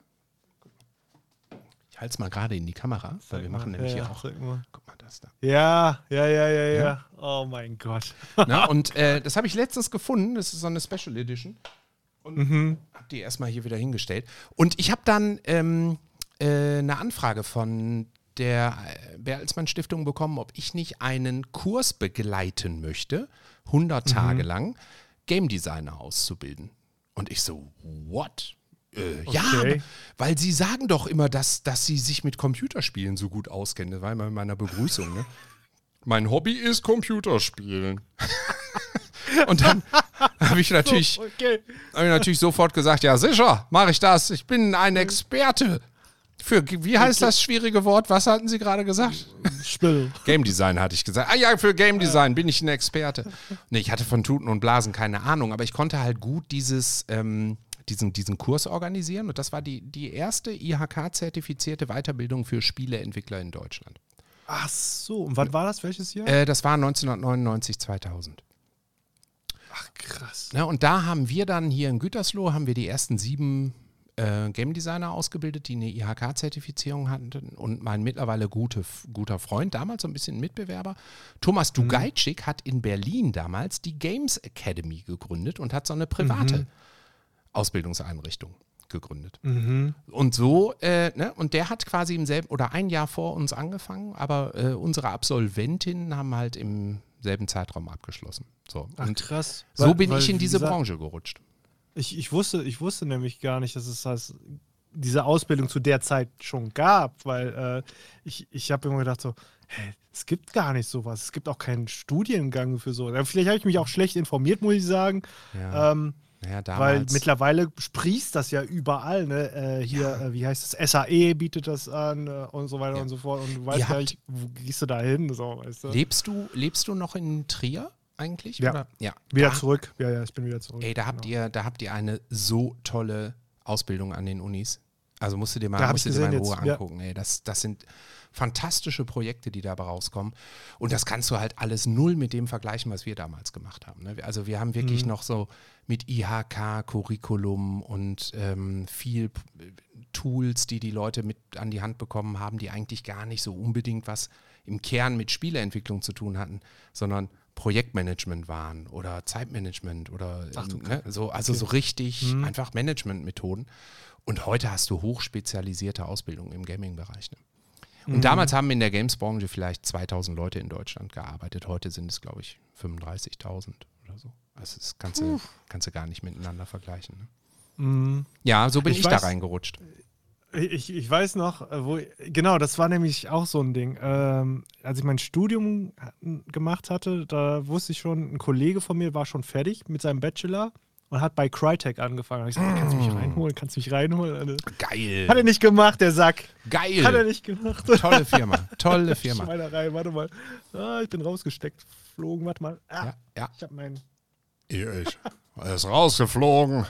Ich halte es mal gerade in die Kamera, weil wir machen nämlich hier auch. Guck mal, das da. Ja. Oh mein Gott. Na, und das habe ich letztens gefunden. Das ist so eine Special Edition. Und habe die erstmal hier wieder hingestellt. Und ich habe dann eine Anfrage von der Bertelsmann Stiftung bekommen, ob ich nicht einen Kurs begleiten möchte, 100 Tage lang, Game Designer auszubilden. Und ich so, what? Ja, weil sie sagen doch immer, dass sie sich mit Computerspielen so gut auskennen. Das war immer in meiner Begrüßung. Ne? Mein Hobby ist Computerspielen. Und dann habe ich natürlich sofort gesagt, ja sicher, mache ich das. Ich bin ein Experte. Wie heißt das schwierige Wort? Was hatten Sie gerade gesagt? Spiel. Game Design hatte ich gesagt. Ja, für Game Design bin ich ein Experte. Nee, ich hatte von Tuten und Blasen keine Ahnung, aber ich konnte halt gut diesen Kurs organisieren und das war die erste IHK-zertifizierte Weiterbildung für Spieleentwickler in Deutschland. Ach so, und wann war das? Welches Jahr? Das war 1999, 2000. Ach, krass. Ja, und da haben wir dann hier in Gütersloh haben wir die ersten 7 Game Designer ausgebildet, die eine IHK-Zertifizierung hatten. Und mein mittlerweile guter Freund, damals so ein bisschen Mitbewerber, Thomas Dugajcik, hat in Berlin damals die Games Academy gegründet und hat so eine private Ausbildungseinrichtung gegründet. Und so, und der hat quasi im selben oder ein Jahr vor uns angefangen, aber unsere Absolventinnen haben halt im selben Zeitraum abgeschlossen. So. Ach, und krass. so bin ich in diese Branche gerutscht. Ich wusste nämlich gar nicht, dass es diese Ausbildung zu der Zeit schon gab, weil ich habe immer gedacht so, hey, es gibt gar nicht sowas. Es gibt auch keinen Studiengang für so. Vielleicht habe ich mich auch schlecht informiert, muss ich sagen. Ja. Weil mittlerweile sprießt das ja überall. Ne? Wie heißt es? SAE bietet das an und so weiter und so fort. Und du weißt gar nicht, wo gehst du da hin? So, weißt du? Lebst du noch in Trier eigentlich? Ja. Oder? Ja. Wieder zurück. Ja, ich bin wieder zurück. Ey, da habt ihr eine so tolle Ausbildung an den Unis. Also musst du dir mal in Ruhe angucken. Ey, das sind fantastische Projekte, die dabei rauskommen. Und das kannst du halt alles null mit dem vergleichen, was wir damals gemacht haben. Ne? Also wir haben wirklich noch so mit IHK-Curriculum und viel Tools, die Leute mit an die Hand bekommen haben, die eigentlich gar nicht so unbedingt was im Kern mit Spieleentwicklung zu tun hatten, sondern Projektmanagement waren oder Zeitmanagement oder so richtig einfach Managementmethoden. Und heute hast du hochspezialisierte Ausbildung im Gaming-Bereich. Ne? Und damals haben in der Games-Branche vielleicht 2000 Leute in Deutschland gearbeitet. Heute sind es, glaube ich, 35.000 oder so. Also das kannst du gar nicht miteinander vergleichen. Ne? Ja, so bin ich da reingerutscht. Ich weiß noch, genau, das war nämlich auch so ein Ding. Als ich mein Studium gemacht hatte, da wusste ich schon, ein Kollege von mir war schon fertig mit seinem Bachelor und hat bei Crytek angefangen. Da hab ich gesagt, kannst du mich reinholen? Geil. Hat er nicht gemacht, der Sack. Geil. Hat er nicht gemacht. Tolle Firma. Schweinerei, warte mal. Ich bin rausgesteckt, geflogen, warte mal. Ja. Ich hab meinen... Er ist rausgeflogen.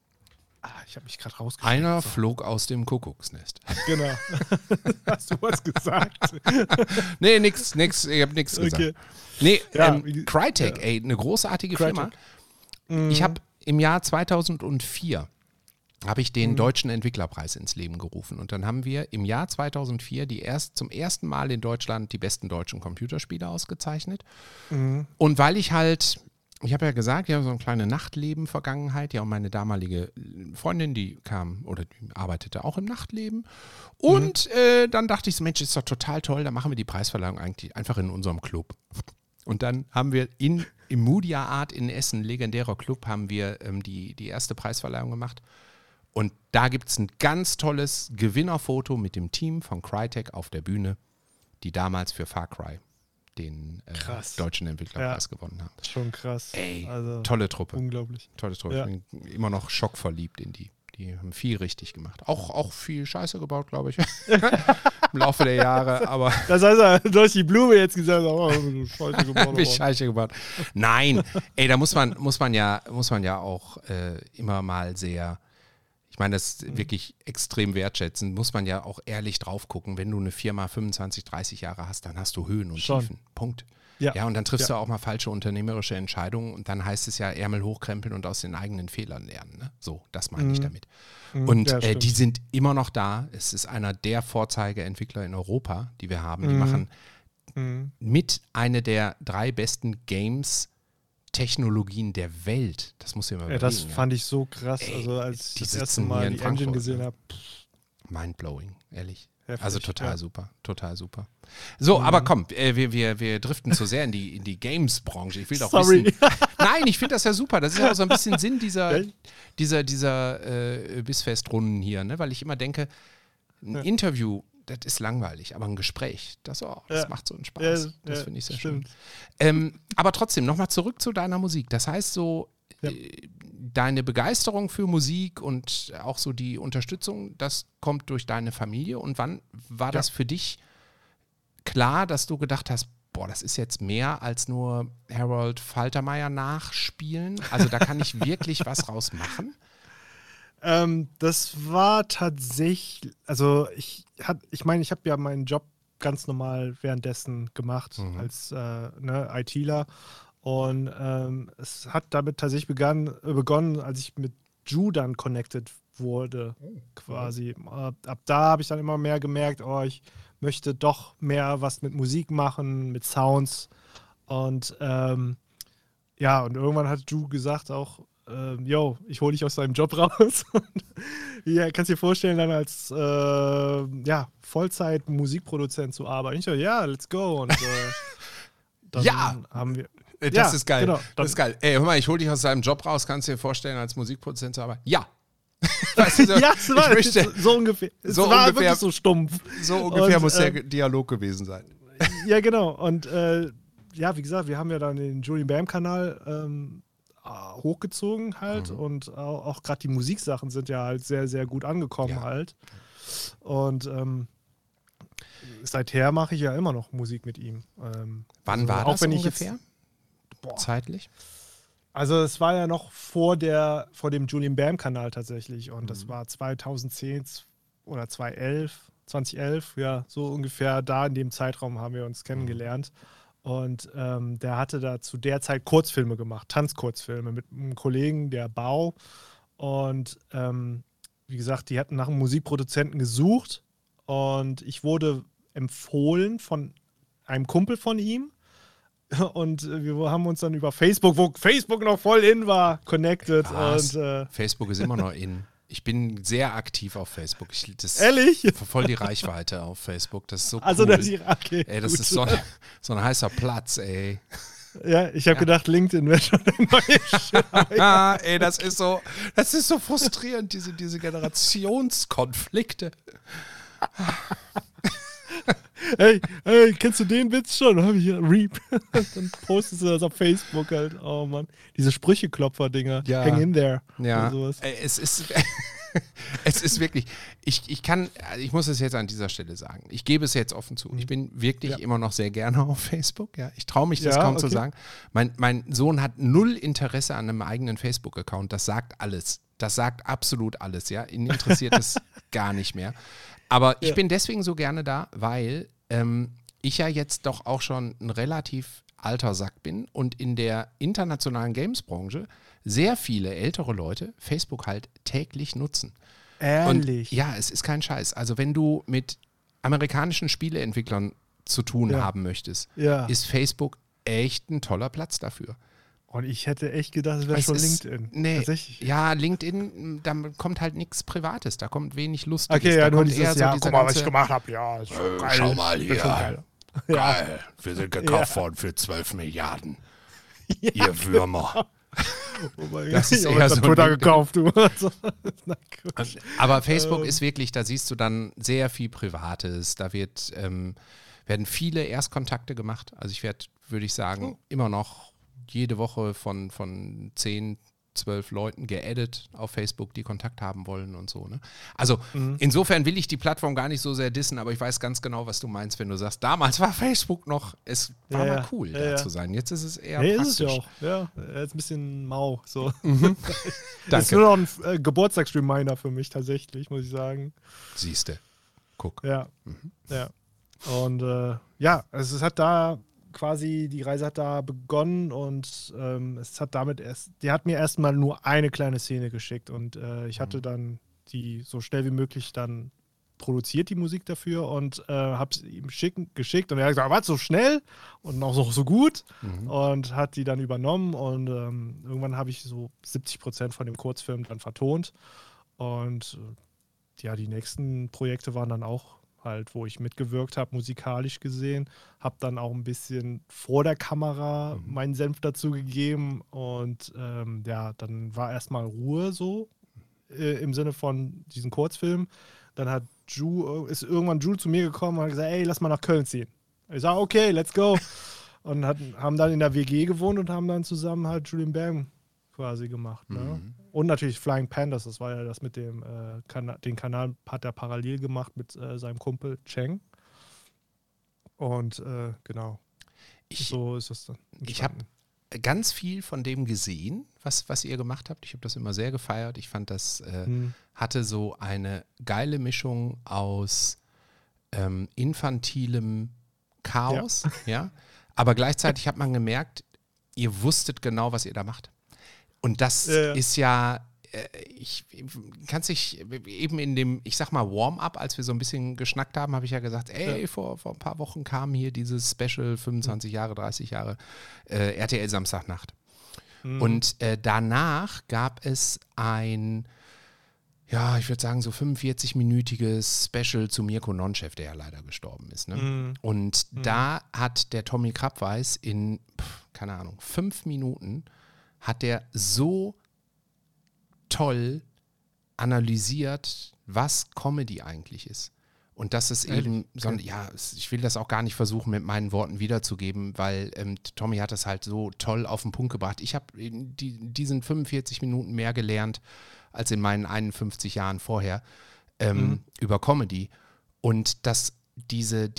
Ich habe mich gerade rausgesteckt. Einer flog aus dem Kuckucksnest. Genau. Hast du was gesagt? Nee, nix. Ich habe nichts gesagt. Nee, Crytek, eine großartige Firma. Ich habe im Jahr 2004 habe ich den Deutschen Entwicklerpreis ins Leben gerufen. Und dann haben wir im Jahr 2004 zum ersten Mal in Deutschland die besten deutschen Computerspiele ausgezeichnet. Und weil ich habe ja gesagt, ich habe so eine kleine Nachtleben-Vergangenheit. Ja, und meine damalige Freundin, die arbeitete auch im Nachtleben. Und dann dachte ich so, Mensch, ist doch total toll, dann machen wir die Preisverleihung eigentlich einfach in unserem Club. Und dann haben wir im Moodia Art in Essen, legendärer Club, haben wir die erste Preisverleihung gemacht. Und da gibt es ein ganz tolles Gewinnerfoto mit dem Team von Crytek auf der Bühne, die damals für Far Cry den Deutschen Entwicklerpreis gewonnen haben. Schon krass. Ey, tolle Truppe. Unglaublich. Tolle Truppe. Ja. Ich bin immer noch schockverliebt in die. Die haben viel richtig gemacht. Auch viel Scheiße gebaut, glaube ich. Im Laufe der Jahre, aber. Das heißt, du hast die Blume jetzt gesagt, Scheiße gebaut. Scheiße gebaut. Nein, ey, da muss man ja auch immer mal sehr. Ich meine, das wirklich extrem wertschätzen, muss man ja auch ehrlich drauf gucken. Wenn du eine Firma 25, 30 Jahre hast, dann hast du Höhen und Tiefen. Punkt. Ja, und dann triffst du auch mal falsche unternehmerische Entscheidungen und dann heißt es ja Ärmel hochkrempeln und aus den eigenen Fehlern lernen. Ne? So, das meine ich damit. Und die sind immer noch da. Es ist einer der Vorzeigeentwickler in Europa, die wir haben. Die machen mit einer der 3 besten Games-Technologien der Welt. Das muss ich mal überlegen. Das fand ich so krass. Also als ich das erste Mal die Engine gesehen habe. Mindblowing, ehrlich. Heftig, also total super. So, aber komm, wir driften zu sehr in die Games-Branche. Ich will doch wissen. Nein, ich finde das ja super. Das ist ja auch so ein bisschen Sinn dieser Bissfest-Runden hier, ne? Weil ich immer denke, ein Interview, das ist langweilig, aber ein Gespräch, das macht so einen Spaß. Das finde ich sehr schön. Aber trotzdem, nochmal zurück zu deiner Musik. Das heißt so, deine Begeisterung für Musik und auch so die Unterstützung, das kommt durch deine Familie. Und wann war das für dich klar, dass du gedacht hast, boah, das ist jetzt mehr als nur Harold Faltermeyer nachspielen? Also da kann ich wirklich was raus machen? Das war tatsächlich, also ich habe ja meinen Job ganz normal währenddessen gemacht als ITler. Und es hat damit tatsächlich begonnen, als ich mit Ju dann connected wurde, quasi. Ab da habe ich dann immer mehr gemerkt, ich möchte doch mehr was mit Musik machen, mit Sounds. Und und irgendwann hat Ju gesagt auch, ich hole dich aus deinem Job raus. Ja, kannst dir vorstellen, dann als Vollzeit-Musikproduzent zu arbeiten. Ich so, ja, let's go. Und dann haben wir. Das ist geil. Genau, das ist geil. Ey, hör mal, ich hole dich aus deinem Job raus. Kannst du dir vorstellen, als Musikproduzent zu arbeiten? Ja. Weißt du, es war so ungefähr. Es war wirklich so stumpf. So ungefähr muss der Dialog gewesen sein. Ja, genau. Und wie gesagt, wir haben ja dann den Julian Bam-Kanal hochgezogen halt und auch gerade die Musiksachen sind ja halt sehr, sehr gut angekommen halt. Und seither mache ich ja immer noch Musik mit ihm. Wann war das ungefähr? Zeitlich? Also es war ja noch vor dem Julian Bam-Kanal tatsächlich und das war 2010 oder 2011, ja, so ungefähr da in dem Zeitraum haben wir uns kennengelernt. Und der hatte da zu der Zeit Kurzfilme gemacht, Tanzkurzfilme mit einem Kollegen, der Bau. Und wie gesagt, die hatten nach einem Musikproduzenten gesucht und ich wurde empfohlen von einem Kumpel von ihm. Und wir haben uns dann über Facebook, wo Facebook noch voll in war, connected. Und, Facebook ist immer noch in. Ich bin sehr aktiv auf Facebook. Ehrlich? Voll die Reichweite auf Facebook. Das ist so cool. Also, okay, ey, das ist so ein heißer Platz, ey. Ja, ich habe gedacht, LinkedIn wäre schon ein neues ey, das ist so frustrierend, diese Generationskonflikte. Hey, kennst du den Witz schon? Habe ich hier Reap. Dann postest du das auf Facebook halt. Oh Mann. Diese Sprücheklopfer-Dinger. Ja. Hang in there. Ja. Sowas. Es ist wirklich, ich muss es jetzt an dieser Stelle sagen. Ich gebe es jetzt offen zu. Ich bin wirklich immer noch sehr gerne auf Facebook. Ja. Ich traue mich das kaum zu sagen. Mein Sohn hat null Interesse an einem eigenen Facebook-Account. Das sagt alles. Das sagt absolut alles. Ja. Ihn interessiert es gar nicht mehr. Aber ich bin deswegen so gerne da, weil ich ja jetzt doch auch schon ein relativ alter Sack bin und in der internationalen Games-Branche sehr viele ältere Leute Facebook halt täglich nutzen. Ehrlich? Und ja, es ist kein Scheiß. Also wenn du mit amerikanischen Spieleentwicklern zu tun haben möchtest, ist Facebook echt ein toller Platz dafür. Und ich hätte echt gedacht, es wäre schon LinkedIn. Nee, ja, LinkedIn, da kommt halt nichts Privates, da kommt wenig Lustiges. Okay, ja, da nur dieses, guck mal, was ich gemacht habe, ja. Ist schon geil. Schau mal hier, geil. Geil, wir sind gekauft worden für 12 Milliarden. Ihr Würmer. Oh mein Das Gott, ist ich eher habe so Twitter gekauft, du. Aber Facebook ist wirklich, da siehst du dann sehr viel Privates, da werden viele Erstkontakte gemacht. Also ich würde ich sagen, immer noch jede Woche von 10, 12 Leuten geaddet auf Facebook, die Kontakt haben wollen und so. Ne? Also insofern will ich die Plattform gar nicht so sehr dissen, aber ich weiß ganz genau, was du meinst, wenn du sagst, damals war Facebook noch, es war mal cool, da zu sein. Jetzt ist es eher praktisch. Ist es ja auch. Ja, jetzt ein bisschen mau. So. Danke. Das ist nur noch ein Geburtstagsreminder für mich tatsächlich, muss ich sagen. Siehste. Guck. Ja. Ja. Und es hat da quasi, die Reise hat da begonnen und es hat die hat mir erstmal nur eine kleine Szene geschickt und ich hatte dann die so schnell wie möglich dann produziert, die Musik dafür und habe es ihm geschickt und er hat gesagt, was, so schnell und auch so gut und hat die dann übernommen und irgendwann habe ich so 70% von dem Kurzfilm dann vertont und die nächsten Projekte waren dann auch halt, wo ich mitgewirkt habe, musikalisch gesehen, habe dann auch ein bisschen vor der Kamera meinen Senf dazu gegeben und dann war erstmal Ruhe so im Sinne von diesen Kurzfilmen. Dann ist irgendwann Ju zu mir gekommen und hat gesagt, ey, lass mal nach Köln ziehen. Ich sage, okay, let's go. Und haben dann in der WG gewohnt und haben dann zusammen halt Julian Bam quasi gemacht. Ne? Und natürlich Flying Pandas, das war ja das mit dem den Kanal hat er parallel gemacht mit seinem Kumpel Cheng. Und genau. So ist es dann. Ich habe ganz viel von dem gesehen, was ihr gemacht habt. Ich habe das immer sehr gefeiert. Ich fand, das hatte so eine geile Mischung aus infantilem Chaos, ja. Aber gleichzeitig hat man gemerkt, ihr wusstet genau, was ihr da macht. Und das ist ja, ich kann sich eben in dem, ich sag mal, Warm-up, als wir so ein bisschen geschnackt haben, habe ich ja gesagt, vor ein paar Wochen kam hier dieses Special 25 Jahre, 30 Jahre RTL Samstagnacht. Und danach gab es ein, ja, ich würde sagen, so 45-minütiges Special zu Mirko Nonchef, der ja leider gestorben ist. Ne? Und da hat der Tommy Krabweis in, keine Ahnung, 5 Minuten hat der so toll analysiert, was Comedy eigentlich ist. Und das ist eben, ich will das auch gar nicht versuchen, mit meinen Worten wiederzugeben, weil Tommy hat das halt so toll auf den Punkt gebracht. Ich habe in diesen 45 Minuten mehr gelernt als in meinen 51 Jahren vorher über Comedy. Und dass diese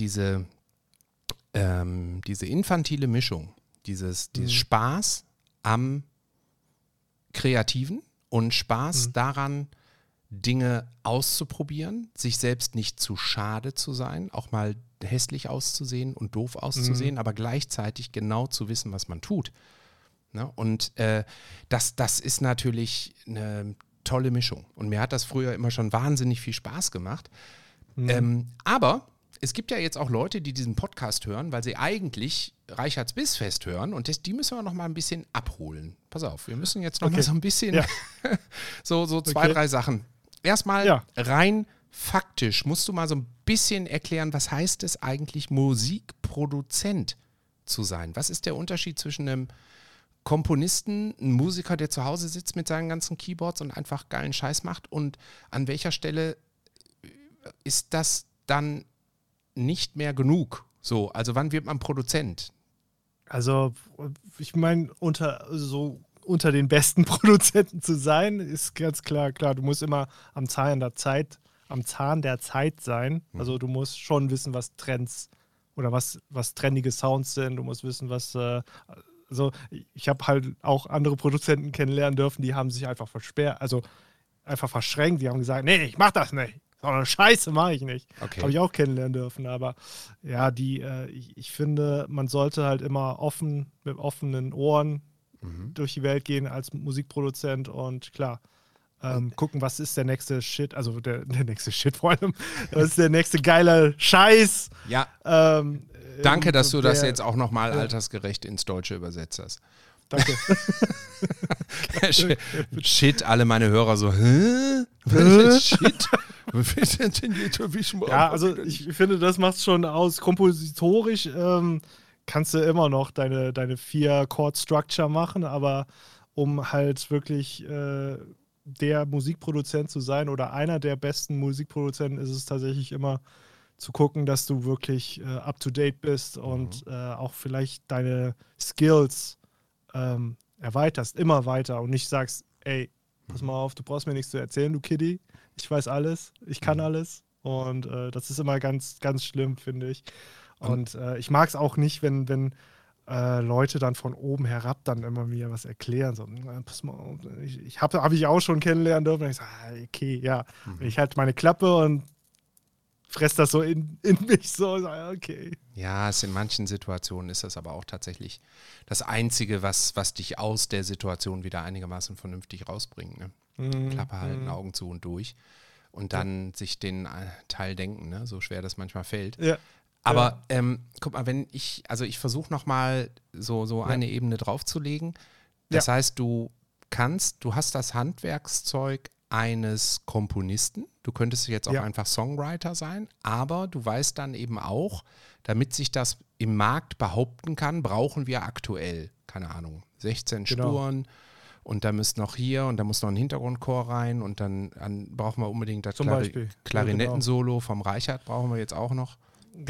infantile Mischung, dieses Spaß am Kreativen und Spaß daran, Dinge auszuprobieren, sich selbst nicht zu schade zu sein, auch mal hässlich auszusehen und doof auszusehen, aber gleichzeitig genau zu wissen, was man tut. Ne? Und das ist natürlich eine tolle Mischung. Und mir hat das früher immer schon wahnsinnig viel Spaß gemacht. Aber es gibt ja jetzt auch Leute, die diesen Podcast hören, weil sie eigentlich Reichards Bissfest hören und die müssen wir noch mal ein bisschen abholen. Pass auf, wir müssen jetzt noch mal so ein bisschen so 2, 3 Sachen. Erstmal rein faktisch musst du mal so ein bisschen erklären, was heißt es eigentlich, Musikproduzent zu sein? Was ist der Unterschied zwischen einem Komponisten, einem Musiker, der zu Hause sitzt mit seinen ganzen Keyboards und einfach geilen Scheiß macht, und an welcher Stelle ist das dann nicht mehr genug? So, also wann wird man Produzent? Also, ich meine, unter den besten Produzenten zu sein, ist ganz klar, du musst immer am Zahn der Zeit sein. Also du musst schon wissen, was Trends oder was trendige Sounds sind. Du musst wissen, was also ich habe halt auch andere Produzenten kennenlernen dürfen, die haben sich einfach einfach verschränkt. Die haben gesagt, nee, ich mach das nicht. So eine Scheiße mache ich nicht. Okay. Habe ich auch kennenlernen dürfen. Aber ja, ich finde, man sollte halt immer mit offenen Ohren durch die Welt gehen als Musikproduzent und klar, gucken, was ist der nächste Shit, also der nächste Shit vor allem, was ist der nächste geile Scheiß. Ja. Danke, dass du das jetzt auch nochmal altersgerecht ins Deutsche übersetzt hast. Danke. Shit, alle meine Hörer so, hä? Shit? Ja, also ich finde, das macht schon aus. Kompositorisch kannst du immer noch deine 4-Chord-Structure machen, aber um halt wirklich der Musikproduzent zu sein oder einer der besten Musikproduzenten, ist es tatsächlich immer zu gucken, dass du wirklich up-to-date bist und auch vielleicht deine Skills erweiterst, immer weiter und nicht sagst, ey, pass mal auf, du brauchst mir nichts zu erzählen, du Kiddie, ich weiß alles, ich kann alles, und das ist immer ganz, ganz schlimm, finde ich. Und ich mag es auch nicht, wenn Leute dann von oben herab dann immer mir was erklären. So, pass mal auf, hab ich auch schon kennenlernen dürfen. Und ich sage, okay, ja. Ich halte meine Klappe und fress das so in mich so. Okay. Ja, in manchen Situationen ist das aber auch tatsächlich das Einzige, was dich aus der Situation wieder einigermaßen vernünftig rausbringt. Ne? Klappe halten, Augen zu und durch. Und dann sich den Teil denken, ne? So schwer das manchmal fällt. Ja. Aber guck mal, ich versuche nochmal so eine Ebene draufzulegen. Das heißt, du hast das Handwerkszeug eines Komponisten. Du könntest jetzt auch einfach Songwriter sein, aber du weißt dann eben auch, damit sich das im Markt behaupten kann, brauchen wir aktuell, keine Ahnung, 16 Spuren, und da muss noch ein Hintergrundchor rein, und dann brauchen wir unbedingt das Klarinettensolo vom Reichert, brauchen wir jetzt auch noch.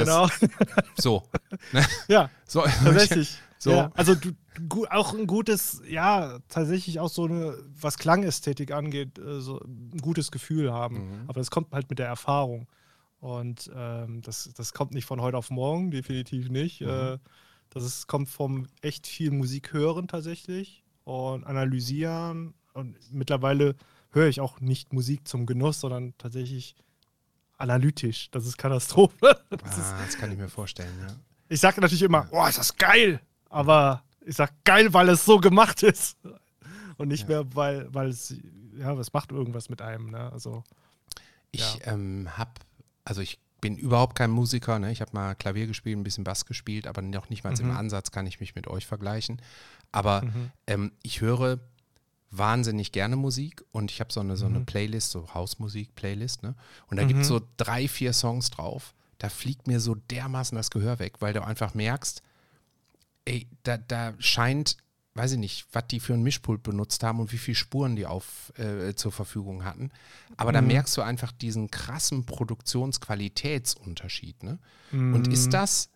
So. Ne? Ja, so, tatsächlich. So. Ja, also auch ein gutes, tatsächlich auch so was Klangästhetik angeht, so ein gutes Gefühl haben. Aber das kommt halt mit der Erfahrung. Und das kommt nicht von heute auf morgen, definitiv nicht. Kommt vom echt viel Musik hören tatsächlich und analysieren. Und mittlerweile höre ich auch nicht Musik zum Genuss, sondern tatsächlich analytisch. Das ist Katastrophe. Das kann ich mir vorstellen, ja. Ich sage natürlich immer, oh, ist das geil. Aber ich sage geil, weil es so gemacht ist. Und nicht mehr, weil es, es macht irgendwas mit einem. Ne? Also, ich bin überhaupt kein Musiker. Ne? Ich habe mal Klavier gespielt, ein bisschen Bass gespielt, aber noch nicht mal im Ansatz kann ich mich mit euch vergleichen. Aber ich höre wahnsinnig gerne Musik und ich habe so eine Playlist, so Hausmusik-Playlist, ne? Und da gibt es so 3, 4 Songs drauf. Da fliegt mir so dermaßen das Gehör weg, weil du einfach merkst, ey, da scheint, weiß ich nicht, was die für ein Mischpult benutzt haben und wie viele Spuren die zur Verfügung hatten. Aber da merkst du einfach diesen krassen Produktionsqualitätsunterschied. Ne? Und ist das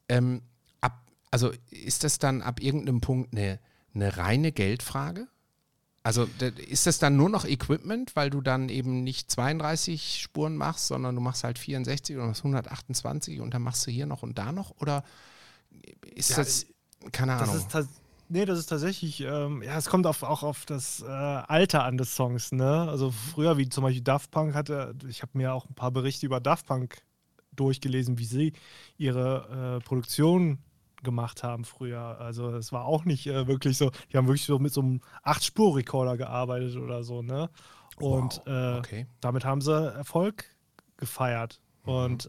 ist das dann ab irgendeinem Punkt eine reine Geldfrage? Also ist das dann nur noch Equipment, weil du dann eben nicht 32 Spuren machst, sondern du machst halt 64 oder 128 und dann machst du hier noch und da noch? Oder ist das, keine Ahnung. Das ist tatsächlich, es kommt auch auf das Alter an des Songs, ne? Also früher, wie zum Beispiel Daft Punk ich habe mir auch ein paar Berichte über Daft Punk durchgelesen, wie sie ihre Produktion gemacht haben früher. Also es war auch nicht wirklich so, die haben wirklich so mit so einem 8-Spur-Rekorder gearbeitet oder so, ne? Und damit haben sie Erfolg gefeiert. Und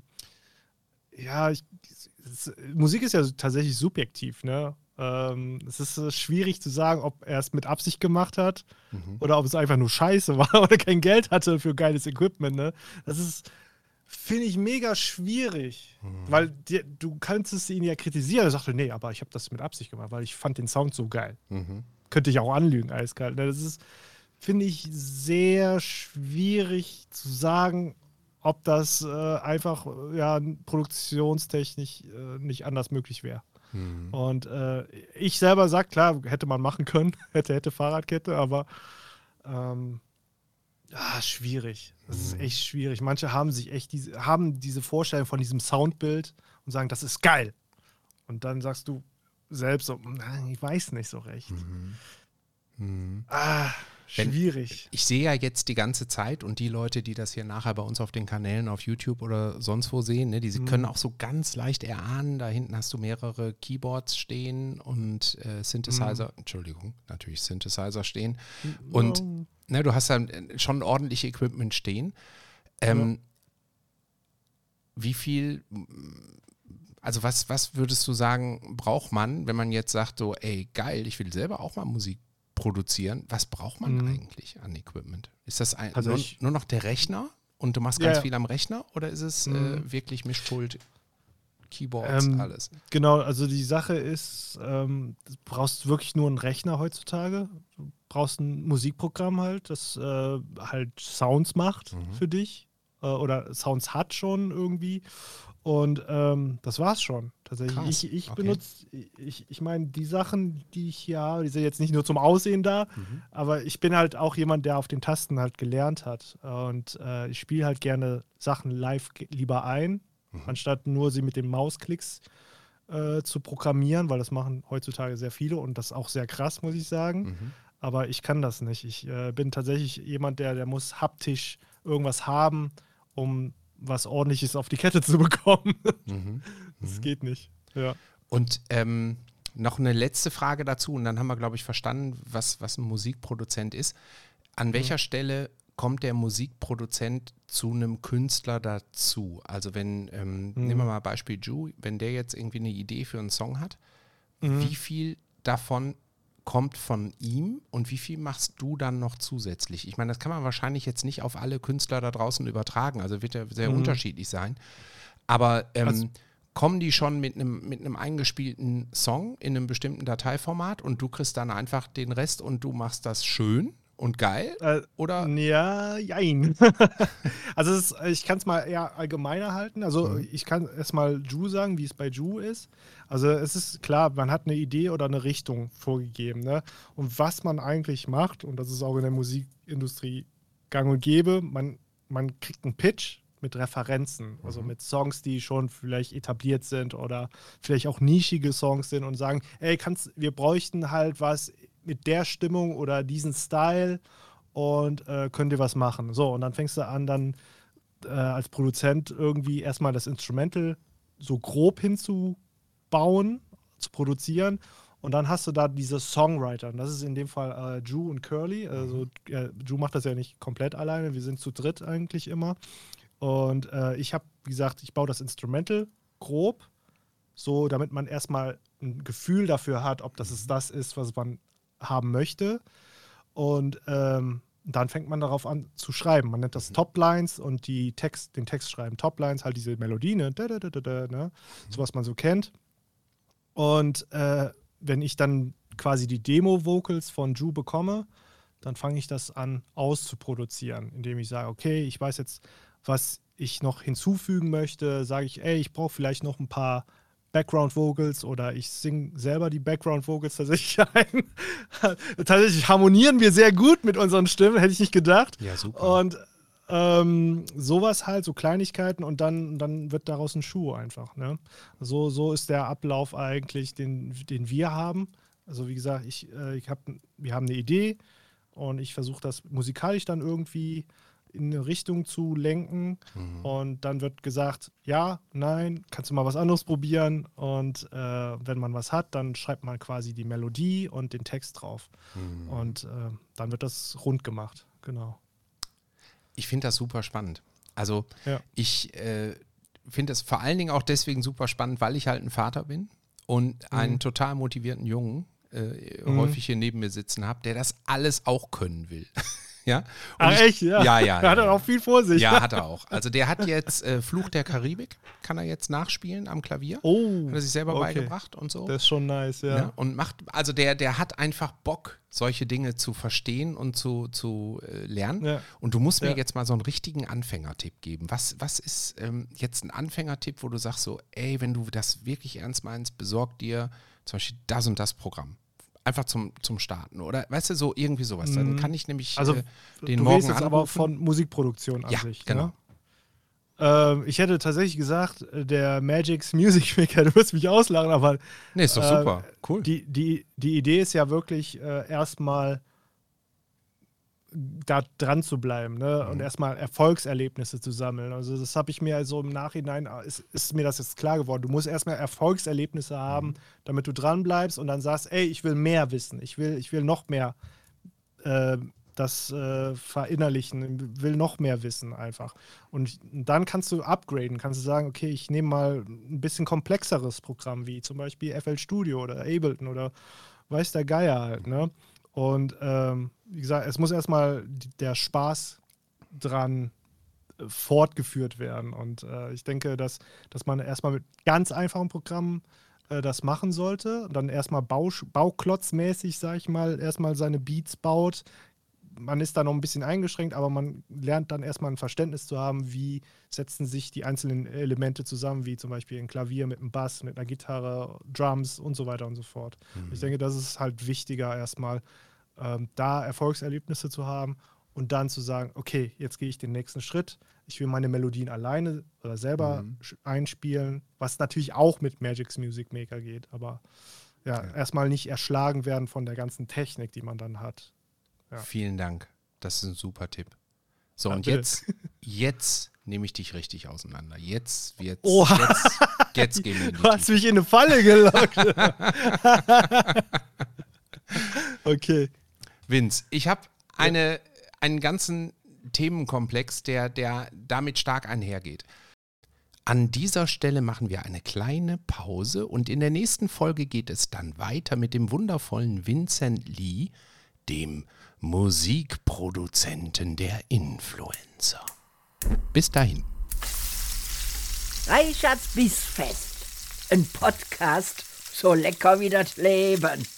Musik ist ja tatsächlich subjektiv, ne? Es ist schwierig zu sagen, ob er es mit Absicht gemacht hat oder ob es einfach nur Scheiße war oder kein Geld hatte für geiles Equipment, ne? Das ist, finde ich, mega schwierig, weil du kannst ihn ja kritisieren. Er sagte, nee, aber ich habe das mit Absicht gemacht, weil ich fand den Sound so geil. Könnte ich auch anlügen, eiskalt. Ne? Das ist, finde ich, sehr schwierig zu sagen, ob das einfach produktionstechnisch nicht anders möglich wäre. Und ich selber sage, klar, hätte man machen können, hätte Fahrradkette, aber schwierig. Das ist echt schwierig. Manche haben sich echt diese Vorstellung von diesem Soundbild und sagen, das ist geil. Und dann sagst du selbst so, ich weiß nicht so recht. Schwierig. Ich sehe ja jetzt die ganze Zeit und die Leute, die das hier nachher bei uns auf den Kanälen auf YouTube oder sonst wo sehen, ne, die können auch so ganz leicht erahnen, da hinten hast du mehrere Keyboards stehen und Synthesizer stehen. Und ne, du hast dann schon ordentliche Equipment stehen. Wie viel, also was würdest du sagen, braucht man, wenn man jetzt sagt so, ey geil, ich will selber auch mal Musik produzieren, was braucht man eigentlich an Equipment? Ist das nur noch der Rechner und du machst ganz viel am Rechner oder ist es wirklich Mischpult, Keyboards, alles? Genau, also die Sache ist, du brauchst wirklich nur einen Rechner heutzutage. Du brauchst ein Musikprogramm halt, das halt Sounds macht für dich oder Sounds hat schon irgendwie. Und das war's schon. Tatsächlich. Ich benutze, ich meine, die Sachen, die ich hier habe, die sind jetzt nicht nur zum Aussehen da, aber ich bin halt auch jemand, der auf den Tasten halt gelernt hat. Und ich spiele halt gerne Sachen live lieber ein, anstatt nur sie mit den Mausklicks zu programmieren, weil das machen heutzutage sehr viele und das ist auch sehr krass, muss ich sagen. Aber ich kann das nicht. Ich bin tatsächlich jemand, der muss haptisch irgendwas haben, um was Ordentliches auf die Kette zu bekommen. Das geht nicht. Ja. Und noch eine letzte Frage dazu und dann haben wir, glaube ich, verstanden, was ein Musikproduzent ist. An welcher Stelle kommt der Musikproduzent zu einem Künstler dazu? Also wenn, nehmen wir mal Beispiel Ju, wenn der jetzt irgendwie eine Idee für einen Song hat, wie viel davon kommt von ihm und wie viel machst du dann noch zusätzlich? Ich meine, das kann man wahrscheinlich jetzt nicht auf alle Künstler da draußen übertragen, also wird ja sehr unterschiedlich sein. Aber kommen die schon mit einem eingespielten Song in einem bestimmten Dateiformat und du kriegst dann einfach den Rest und du machst das schön und geil? Oder? Ja, jein. Also ich kann es mal eher allgemeiner halten. Also ich kann erstmal Ju sagen, wie es bei Ju ist. Also es ist klar, man hat eine Idee oder eine Richtung vorgegeben. Ne? Und was man eigentlich macht, und das ist auch in der Musikindustrie gang und gäbe, man kriegt einen Pitch mit Referenzen, also mit Songs, die schon vielleicht etabliert sind oder vielleicht auch nischige Songs sind und sagen, ey, wir bräuchten halt was mit der Stimmung oder diesen Style und könnt ihr was machen. So, und dann fängst du an, dann als Produzent irgendwie erstmal das Instrumental so grob hinzubauen, zu produzieren. Und dann hast du da diese Songwriter. Und das ist in dem Fall Drew und Curly. Also Drew macht das ja nicht komplett alleine. Wir sind zu dritt eigentlich immer. Und ich habe, wie gesagt, ich baue das Instrumental grob, so damit man erstmal ein Gefühl dafür hat, ob das ist, was man haben möchte. Und dann fängt man darauf an zu schreiben. Man nennt das Toplines und den Text schreiben. Toplines, halt diese Melodie, ne? So was man so kennt. Und wenn ich dann quasi die Demo-Vocals von Drew bekomme, dann fange ich das an auszuproduzieren, indem ich sage, okay, ich weiß jetzt, was ich noch hinzufügen möchte. Sage ich, ich brauche vielleicht noch ein paar Background-Vocals oder ich singe selber die Background-Vocals tatsächlich ein. Tatsächlich harmonieren wir sehr gut mit unseren Stimmen, hätte ich nicht gedacht. Ja, super. Und sowas halt, so Kleinigkeiten und dann wird daraus ein Schuh einfach. Ne? So ist der Ablauf eigentlich, den wir haben. Also wie gesagt, wir haben eine Idee und ich versuche das musikalisch dann irgendwie in eine Richtung zu lenken und dann wird gesagt, ja, nein, kannst du mal was anderes probieren und wenn man was hat, dann schreibt man quasi die Melodie und den Text drauf und dann wird das rund gemacht, genau. Ich finde das super spannend. Also ich finde es vor allen Dingen auch deswegen super spannend, weil ich halt ein Vater bin und einen total motivierten Jungen häufig hier neben mir sitzen habe, der das alles auch können will. Ja? Echt? Ja. Ja. Da hat er auch viel vor sich. Ja, hat er auch. Also der hat jetzt Fluch der Karibik, kann er jetzt nachspielen am Klavier. Oh. Hat er sich selber beigebracht und so. Das ist schon nice, ja. Und also der hat einfach Bock, solche Dinge zu verstehen und zu lernen. Ja. Und du musst mir jetzt mal so einen richtigen Anfängertipp geben. Was ist jetzt ein Anfängertipp, wo du sagst so, wenn du das wirklich ernst meinst, besorg dir zum Beispiel das und das Programm. Einfach zum Starten, oder? Weißt du, so irgendwie sowas. Dann kann ich nämlich den morgen anrufen. Aber von Musikproduktion an sich. Genau. Ne? Ich hätte tatsächlich gesagt, der Magix Music Maker, du wirst mich auslachen, aber nee, ist doch super. Cool. Die Idee ist ja wirklich erstmal da dran zu bleiben, ne? Und erstmal Erfolgserlebnisse zu sammeln. Also das habe ich mir also im Nachhinein, ist mir das jetzt klar geworden. Du musst erstmal Erfolgserlebnisse haben, damit du dran bleibst und dann sagst, ich will mehr wissen, ich will noch mehr das verinnerlichen, will noch mehr wissen einfach. Und dann kannst du upgraden, kannst du sagen, okay, ich nehme mal ein bisschen komplexeres Programm, wie zum Beispiel FL Studio oder Ableton oder weiß der Geier halt, ne? Und wie gesagt, es muss erstmal der Spaß dran fortgeführt werden. Und ich denke, dass man erstmal mit ganz einfachen Programmen das machen sollte. Und dann erstmal bauklotzmäßig, sag ich mal, erstmal seine Beats baut. Man ist da noch ein bisschen eingeschränkt, aber man lernt dann erstmal ein Verständnis zu haben, wie setzen sich die einzelnen Elemente zusammen, wie zum Beispiel ein Klavier mit einem Bass, mit einer Gitarre, Drums und so weiter und so fort. Ich denke, das ist halt wichtiger erstmal, da Erfolgserlebnisse zu haben und dann zu sagen, okay, jetzt gehe ich den nächsten Schritt. Ich will meine Melodien alleine oder selber einspielen, was natürlich auch mit Magix Music Maker geht, aber erstmal nicht erschlagen werden von der ganzen Technik, die man dann hat. Ja. Vielen Dank. Das ist ein super Tipp. So, und jetzt nehme ich dich richtig auseinander. Jetzt gehen wir in die Du hast mich in eine Falle gelockt. Okay. Vince, ich habe einen ganzen Themenkomplex, der damit stark einhergeht. An dieser Stelle machen wir eine kleine Pause und in der nächsten Folge geht es dann weiter mit dem wundervollen Vincent Lee, dem Musikproduzenten der Influencer. Bis dahin. Reichards Bissfest. Ein Podcast so lecker wie das Leben.